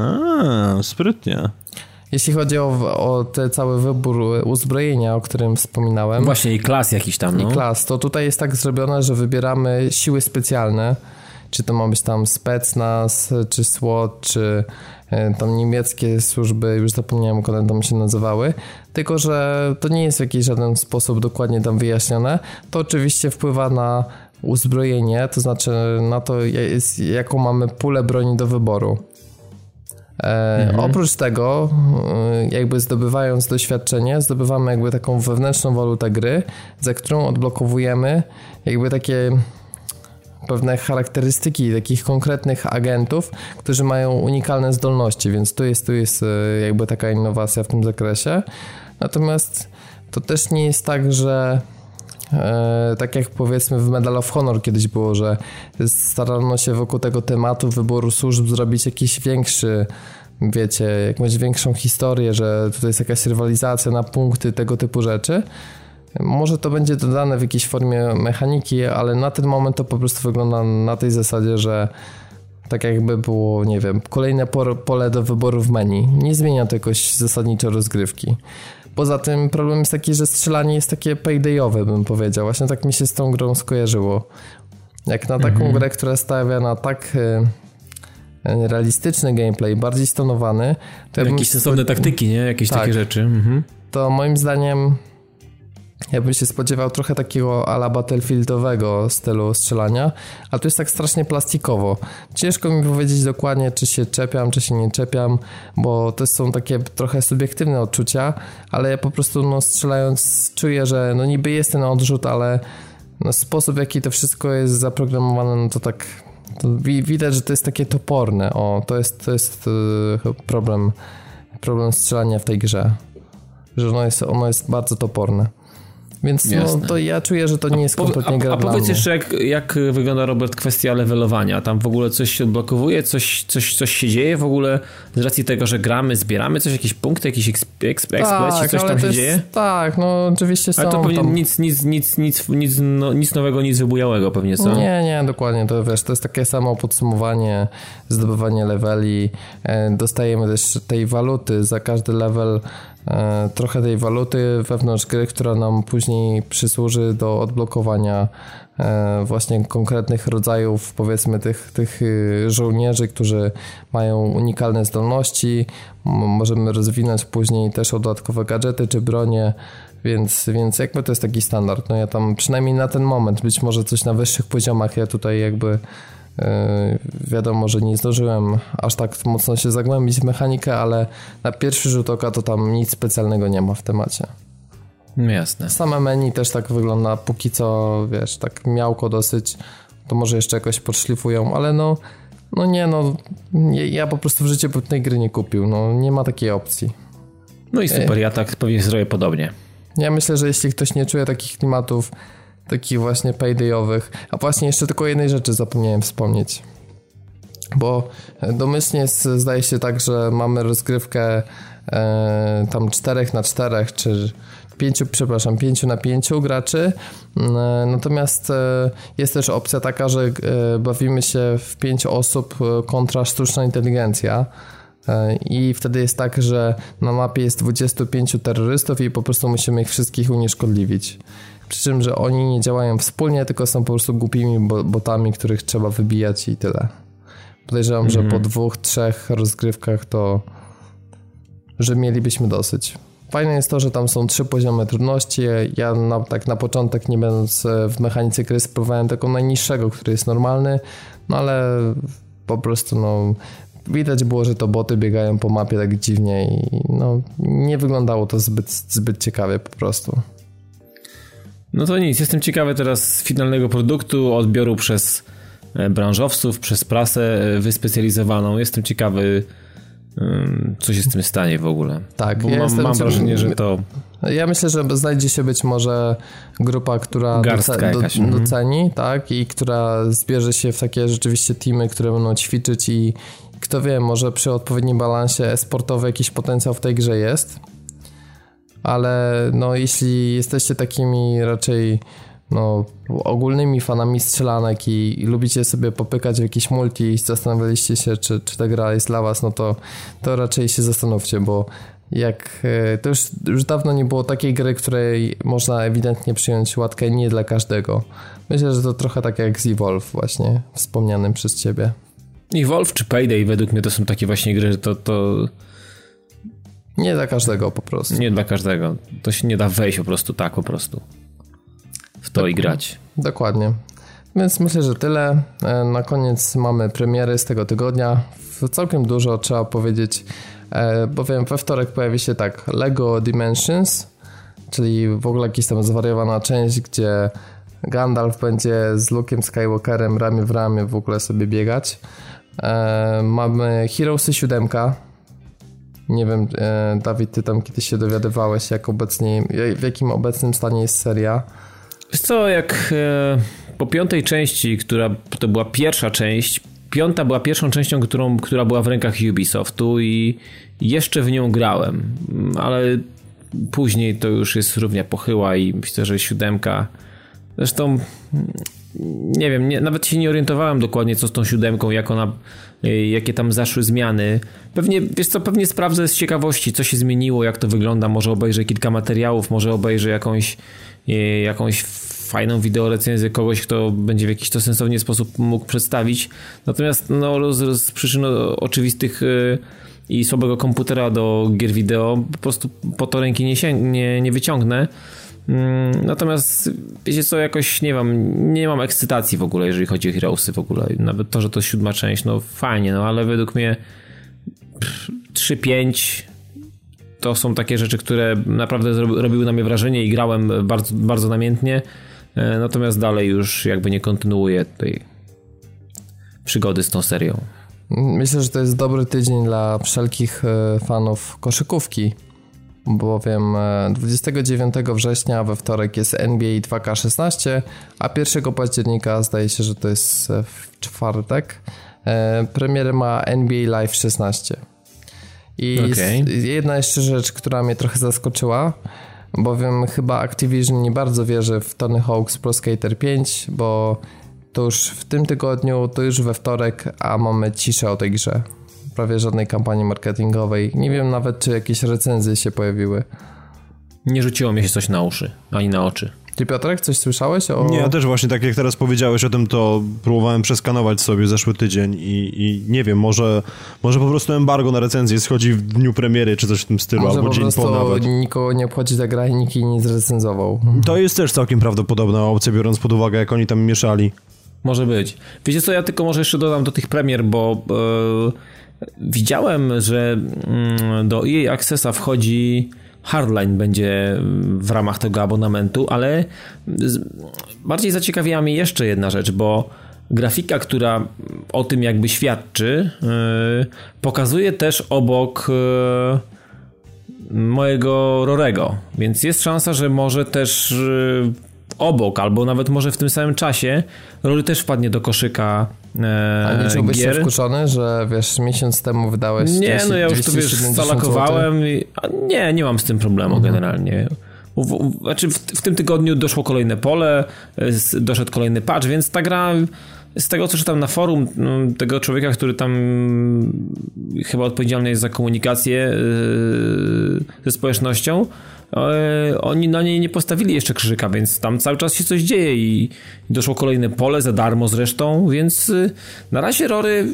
A, sprytnie. Jeśli chodzi o, o ten cały wybór uzbrojenia, o którym wspominałem. Właśnie i klas jakiś tam, no. I klas, to tutaj jest tak zrobione, że wybieramy siły specjalne, czy to ma być tam specnaz, czy SWAT, czy tam niemieckie służby, już zapomniałem, jak one tam się nazywały, tylko że to nie jest w jakiś żaden sposób dokładnie tam wyjaśnione. To oczywiście wpływa na uzbrojenie, to znaczy na to, jest, jaką mamy pulę broni do wyboru. E, mhm. Oprócz tego, jakby zdobywając doświadczenie, zdobywamy jakby taką wewnętrzną walutę gry, za którą odblokowujemy jakby takie pewne charakterystyki takich konkretnych agentów, którzy mają unikalne zdolności, więc tu jest, tu jest jakby taka innowacja w tym zakresie. Natomiast to też nie jest tak, że E, tak jak powiedzmy w Medal of Honor kiedyś było, że starano się wokół tego tematu wyboru służb zrobić jakiś większy, wiecie, jakąś większą historię, że tutaj jest jakaś rywalizacja na punkty, tego typu rzeczy. Może to będzie dodane w jakiejś formie mechaniki, ale na ten moment to po prostu wygląda na tej zasadzie, że tak jakby było, nie wiem, kolejne pole do wyboru w menu. Nie zmienia to jakoś zasadniczo rozgrywki. Poza tym problem jest taki, że strzelanie jest takie paydayowe, bym powiedział. Właśnie tak mi się z tą grą skojarzyło. Jak na taką mhm. grę, która stawia na tak realistyczny gameplay, bardziej stonowany. To jakieś ja sensowne spod... taktyki, nie? Jakieś tak, takie rzeczy. Mhm. To moim zdaniem ja bym się spodziewał trochę takiego ala battlefieldowego stylu strzelania, ale to jest tak strasznie plastikowo. Ciężko mi powiedzieć dokładnie, czy się czepiam, czy się nie czepiam, bo to są takie trochę subiektywne odczucia, ale ja po prostu no, strzelając czuję, że no niby jest ten odrzut, ale no, sposób, w jaki to wszystko jest zaprogramowane, no to tak to widać, że to jest takie toporne. O, to jest, to jest yy, problem, problem strzelania w tej grze, że ono jest, ono jest bardzo toporne. Więc no, to ja czuję, że to nie jest kompletnie a, gra a, a dla powiedz mnie. jeszcze, jak, jak wygląda, Robert, kwestia levelowania. Tam w ogóle coś się odblokowuje, coś, coś, coś się dzieje w ogóle z racji tego, że gramy, zbieramy coś, jakieś punkty, jakiś exploit, tak, coś tam się jest, dzieje? Tak, no oczywiście są. Ale to pewnie tam... nic, nic, nic, nic, nic, no, nic nowego, nic wybujałego pewnie, co? Nie, nie, dokładnie, to wiesz, to jest takie samo podsumowanie, zdobywanie leveli, dostajemy też tej waluty za każdy level, trochę tej waluty wewnątrz gry, która nam później przysłuży do odblokowania właśnie konkretnych rodzajów, powiedzmy tych, tych żołnierzy, którzy mają unikalne zdolności. Możemy rozwinąć później też o dodatkowe gadżety czy bronie, więc, więc jakby to jest taki standard. No ja tam przynajmniej na ten moment, być może coś na wyższych poziomach, ja tutaj jakby Yy, wiadomo, że nie zdążyłem aż tak mocno się zagłębić w mechanikę, ale na pierwszy rzut oka to tam nic specjalnego nie ma w temacie. Jasne. Same menu też tak wygląda, póki co, wiesz, tak miałko dosyć, to może jeszcze jakoś podszlifują, ale no, no nie, no ja, ja po prostu w życiu bym tej gry nie kupił, no nie ma takiej opcji. No i super, ja tak pewnie zrobię podobnie. Ja myślę, że jeśli ktoś nie czuje takich klimatów, takich właśnie paydayowych. A właśnie jeszcze tylko jednej rzeczy zapomniałem wspomnieć. Bo domyślnie jest, zdaje się tak, że mamy rozgrywkę e, tam czterech na czterech, czy pięciu, przepraszam, pięciu na pięciu graczy. E, natomiast e, jest też opcja taka, że e, bawimy się w pięciu osób kontra sztuczna inteligencja. I wtedy jest tak, że na mapie jest dwudziestu pięciu terrorystów i po prostu musimy ich wszystkich unieszkodliwić. Przy czym, że oni nie działają wspólnie, tylko są po prostu głupimi botami, których trzeba wybijać i tyle. Podejrzewam, mm-hmm. że po dwóch, trzech rozgrywkach to, że mielibyśmy dosyć. Fajne jest to, że tam są trzy poziomy trudności. Ja na, tak na początek, nie będąc w mechanice gry, spróbowałem tego najniższego, który jest normalny, no ale po prostu no widać było, że to boty biegają po mapie tak dziwnie i no nie wyglądało to zbyt, zbyt ciekawie po prostu. No to nic, jestem ciekawy teraz finalnego produktu, odbioru przez branżowców, przez prasę wyspecjalizowaną. Jestem ciekawy, co się z tym stanie w ogóle. Tak, bo ja mam, mam wrażenie, że to... Ja myślę, że znajdzie się być może grupa, która doce- jakaś, do, doceni, tak, i która zbierze się w takie rzeczywiście teamy, które będą ćwiczyć i kto wie, może przy odpowiednim balansie e-sportowy jakiś potencjał w tej grze jest. Ale no jeśli jesteście takimi raczej no, ogólnymi fanami strzelanek i, i lubicie sobie popykać w jakiś multi i zastanawialiście się, czy, czy ta gra jest dla was, no to, to raczej się zastanówcie, bo jak to już, już dawno nie było takiej gry, której można ewidentnie przyjąć łatkę nie dla każdego. Myślę, że to trochę tak jak z Evolve właśnie, wspomnianym przez ciebie. Evolve czy Payday według mnie to są takie właśnie gry, że to... to... Nie dla każdego po prostu. Nie dla każdego. To się nie da wejść po prostu tak po prostu w to Dok- i grać. Dokładnie. Więc myślę, że tyle. Na koniec mamy premiery z tego tygodnia. Całkiem dużo trzeba powiedzieć, bowiem we wtorek pojawi się tak LEGO Dimensions, czyli w ogóle jakaś tam zwariowana część, gdzie Gandalf będzie z Luke'em Skywalkerem ramię w ramię w ogóle sobie biegać. Mamy Heroesy siedem. Nie wiem, Dawid, ty tam kiedyś się dowiadywałeś, jak obecnie, w jakim obecnym stanie jest seria? Wiesz co, jak e, po piątej części, która to była pierwsza część, piąta była pierwszą częścią, którą, która była w rękach Ubisoftu i jeszcze w nią grałem, ale później to już jest równia pochyła i myślę, że siódemka, zresztą nie wiem, nie, nawet się nie orientowałem dokładnie, co z tą siódemką, jak ona, jakie tam zaszły zmiany. Pewnie, wiesz co, pewnie sprawdzę z ciekawości, co się zmieniło, jak to wygląda, może obejrzę kilka materiałów, może obejrzę jakąś jakąś fajną wideorecenzję kogoś, kto będzie w jakiś to sensowny sposób mógł przedstawić. Natomiast no, z, z przyczyn oczywistych i słabego komputera do gier wideo po prostu po to ręki nie, sięg- nie, nie wyciągnę. Natomiast wiecie co, jakoś nie mam, nie mam ekscytacji w ogóle, jeżeli chodzi o Heroesy w ogóle. Nawet to, że to siódma część, no fajnie, no ale według mnie trzy pięć to są takie rzeczy, które naprawdę robiły na mnie wrażenie i grałem bardzo, bardzo namiętnie. Natomiast dalej już jakby nie kontynuuję tej przygody z tą serią. Myślę, że to jest dobry tydzień dla wszelkich fanów koszykówki, bowiem dwudziestego dziewiątego września we wtorek jest N B A dwa K szesnaście, a pierwszego października zdaje się, że to jest w czwartek, premierę ma N B A Live szesnaście. I okay. jedna jeszcze rzecz, która mnie trochę zaskoczyła, bowiem chyba Activision nie bardzo wierzy w Tony Hawk's Pro Skater pięć, bo to już w tym tygodniu, to już we wtorek, a mamy ciszę o tej grze. Prawie żadnej kampanii marketingowej. Nie wiem nawet, czy jakieś recenzje się pojawiły. Nie rzuciło mi się coś na uszy, ani na oczy. Ty, Piotrek, coś słyszałeś o... Nie, ja też właśnie tak jak teraz powiedziałeś o tym, to próbowałem przeskanować sobie zeszły tydzień i, i nie wiem, może, może po prostu embargo na recenzję schodzi w dniu premiery, czy coś w tym stylu, może albo dzień po nawet. Nikogo nie obchodzi ta gra i nikt jej nie zrecenzował. To jest też całkiem prawdopodobna opcja, biorąc pod uwagę, jak oni tam mieszali. Może być. Wiecie co, ja tylko może jeszcze dodam do tych premier, bo yy, widziałem, że yy, do E A Accessa wchodzi Hardline będzie w ramach tego abonamentu, ale bardziej zaciekawiła mnie jeszcze jedna rzecz, bo grafika, która o tym jakby świadczy, yy, pokazuje też obok yy, mojego Rorego, więc jest szansa, że może też yy, obok, albo nawet może w tym samym czasie Rory też wpadnie do koszyka e, A nie czułbyś gier. się wkurzony, że wiesz, miesiąc temu wydałeś Nie, no ja już to wiesz, zalakowałem i, a nie, nie mam z tym problemu mhm. generalnie. W, w, znaczy w, w tym tygodniu doszło kolejne pole, z, doszedł kolejny patch, więc ta gra z tego, co czytam na forum tego człowieka, który tam chyba odpowiedzialny jest za komunikację yy, ze społecznością, oni na niej nie postawili jeszcze krzyżyka, więc tam cały czas się coś dzieje i doszło kolejne pole za darmo zresztą, więc na razie Rory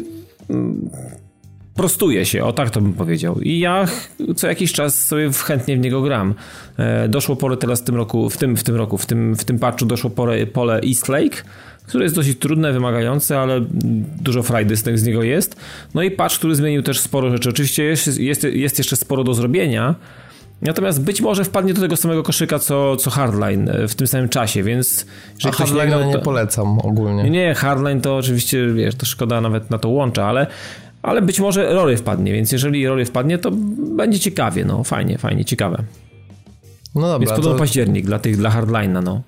prostuje się, o tak to bym powiedział, i ja co jakiś czas sobie chętnie w niego gram. Doszło pole teraz w tym roku, w tym, w tym roku, w tym, w tym patchu doszło pole, pole East Lake, które jest dosyć trudne, wymagające, ale dużo frajdy z, z niego jest. No i patch, który zmienił też sporo rzeczy. Oczywiście jest, jest, jest jeszcze sporo do zrobienia, natomiast być może wpadnie do tego samego koszyka co, co Hardline w tym samym czasie, więc... A Hardline nie, to... nie polecam ogólnie. Nie, Hardline to oczywiście, wiesz, to szkoda nawet na to łącza, ale, ale być może Rory wpadnie, więc jeżeli Rory wpadnie, to będzie ciekawie, no fajnie, fajnie, ciekawe. No dobra. Więc podobno to... październik dla tych, dla Hardline'a, no.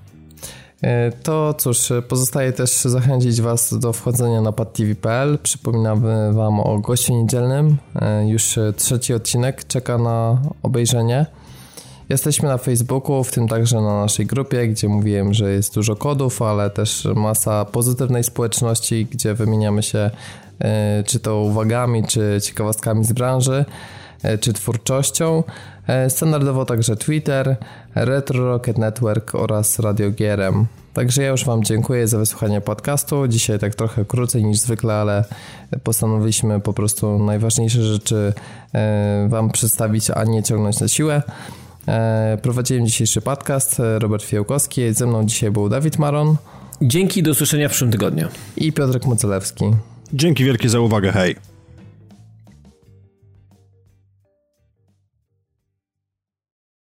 To cóż, pozostaje też zachęcić Was do wchodzenia na pad t v kropka p l. Przypominamy Wam o gościu niedzielnym. Już trzeci odcinek czeka na obejrzenie. Jesteśmy na Facebooku, w tym także na naszej grupie, gdzie mówiłem, że jest dużo kodów, ale też masa pozytywnej społeczności, gdzie wymieniamy się czy to uwagami, czy ciekawostkami z branży, czy twórczością. Standardowo także Twitter, Retro Rocket Network oraz Radio G R M. Także ja już Wam dziękuję za wysłuchanie podcastu. Dzisiaj tak trochę krócej niż zwykle, ale postanowiliśmy po prostu najważniejsze rzeczy Wam przedstawić, a nie ciągnąć na siłę. Prowadziłem dzisiejszy podcast, Robert Fiełkowski, ze mną dzisiaj był Dawid Maron. Dzięki, do usłyszenia w przyszłym tygodniu. I Piotrek Mocelewski. Dzięki wielkie za uwagę, hej.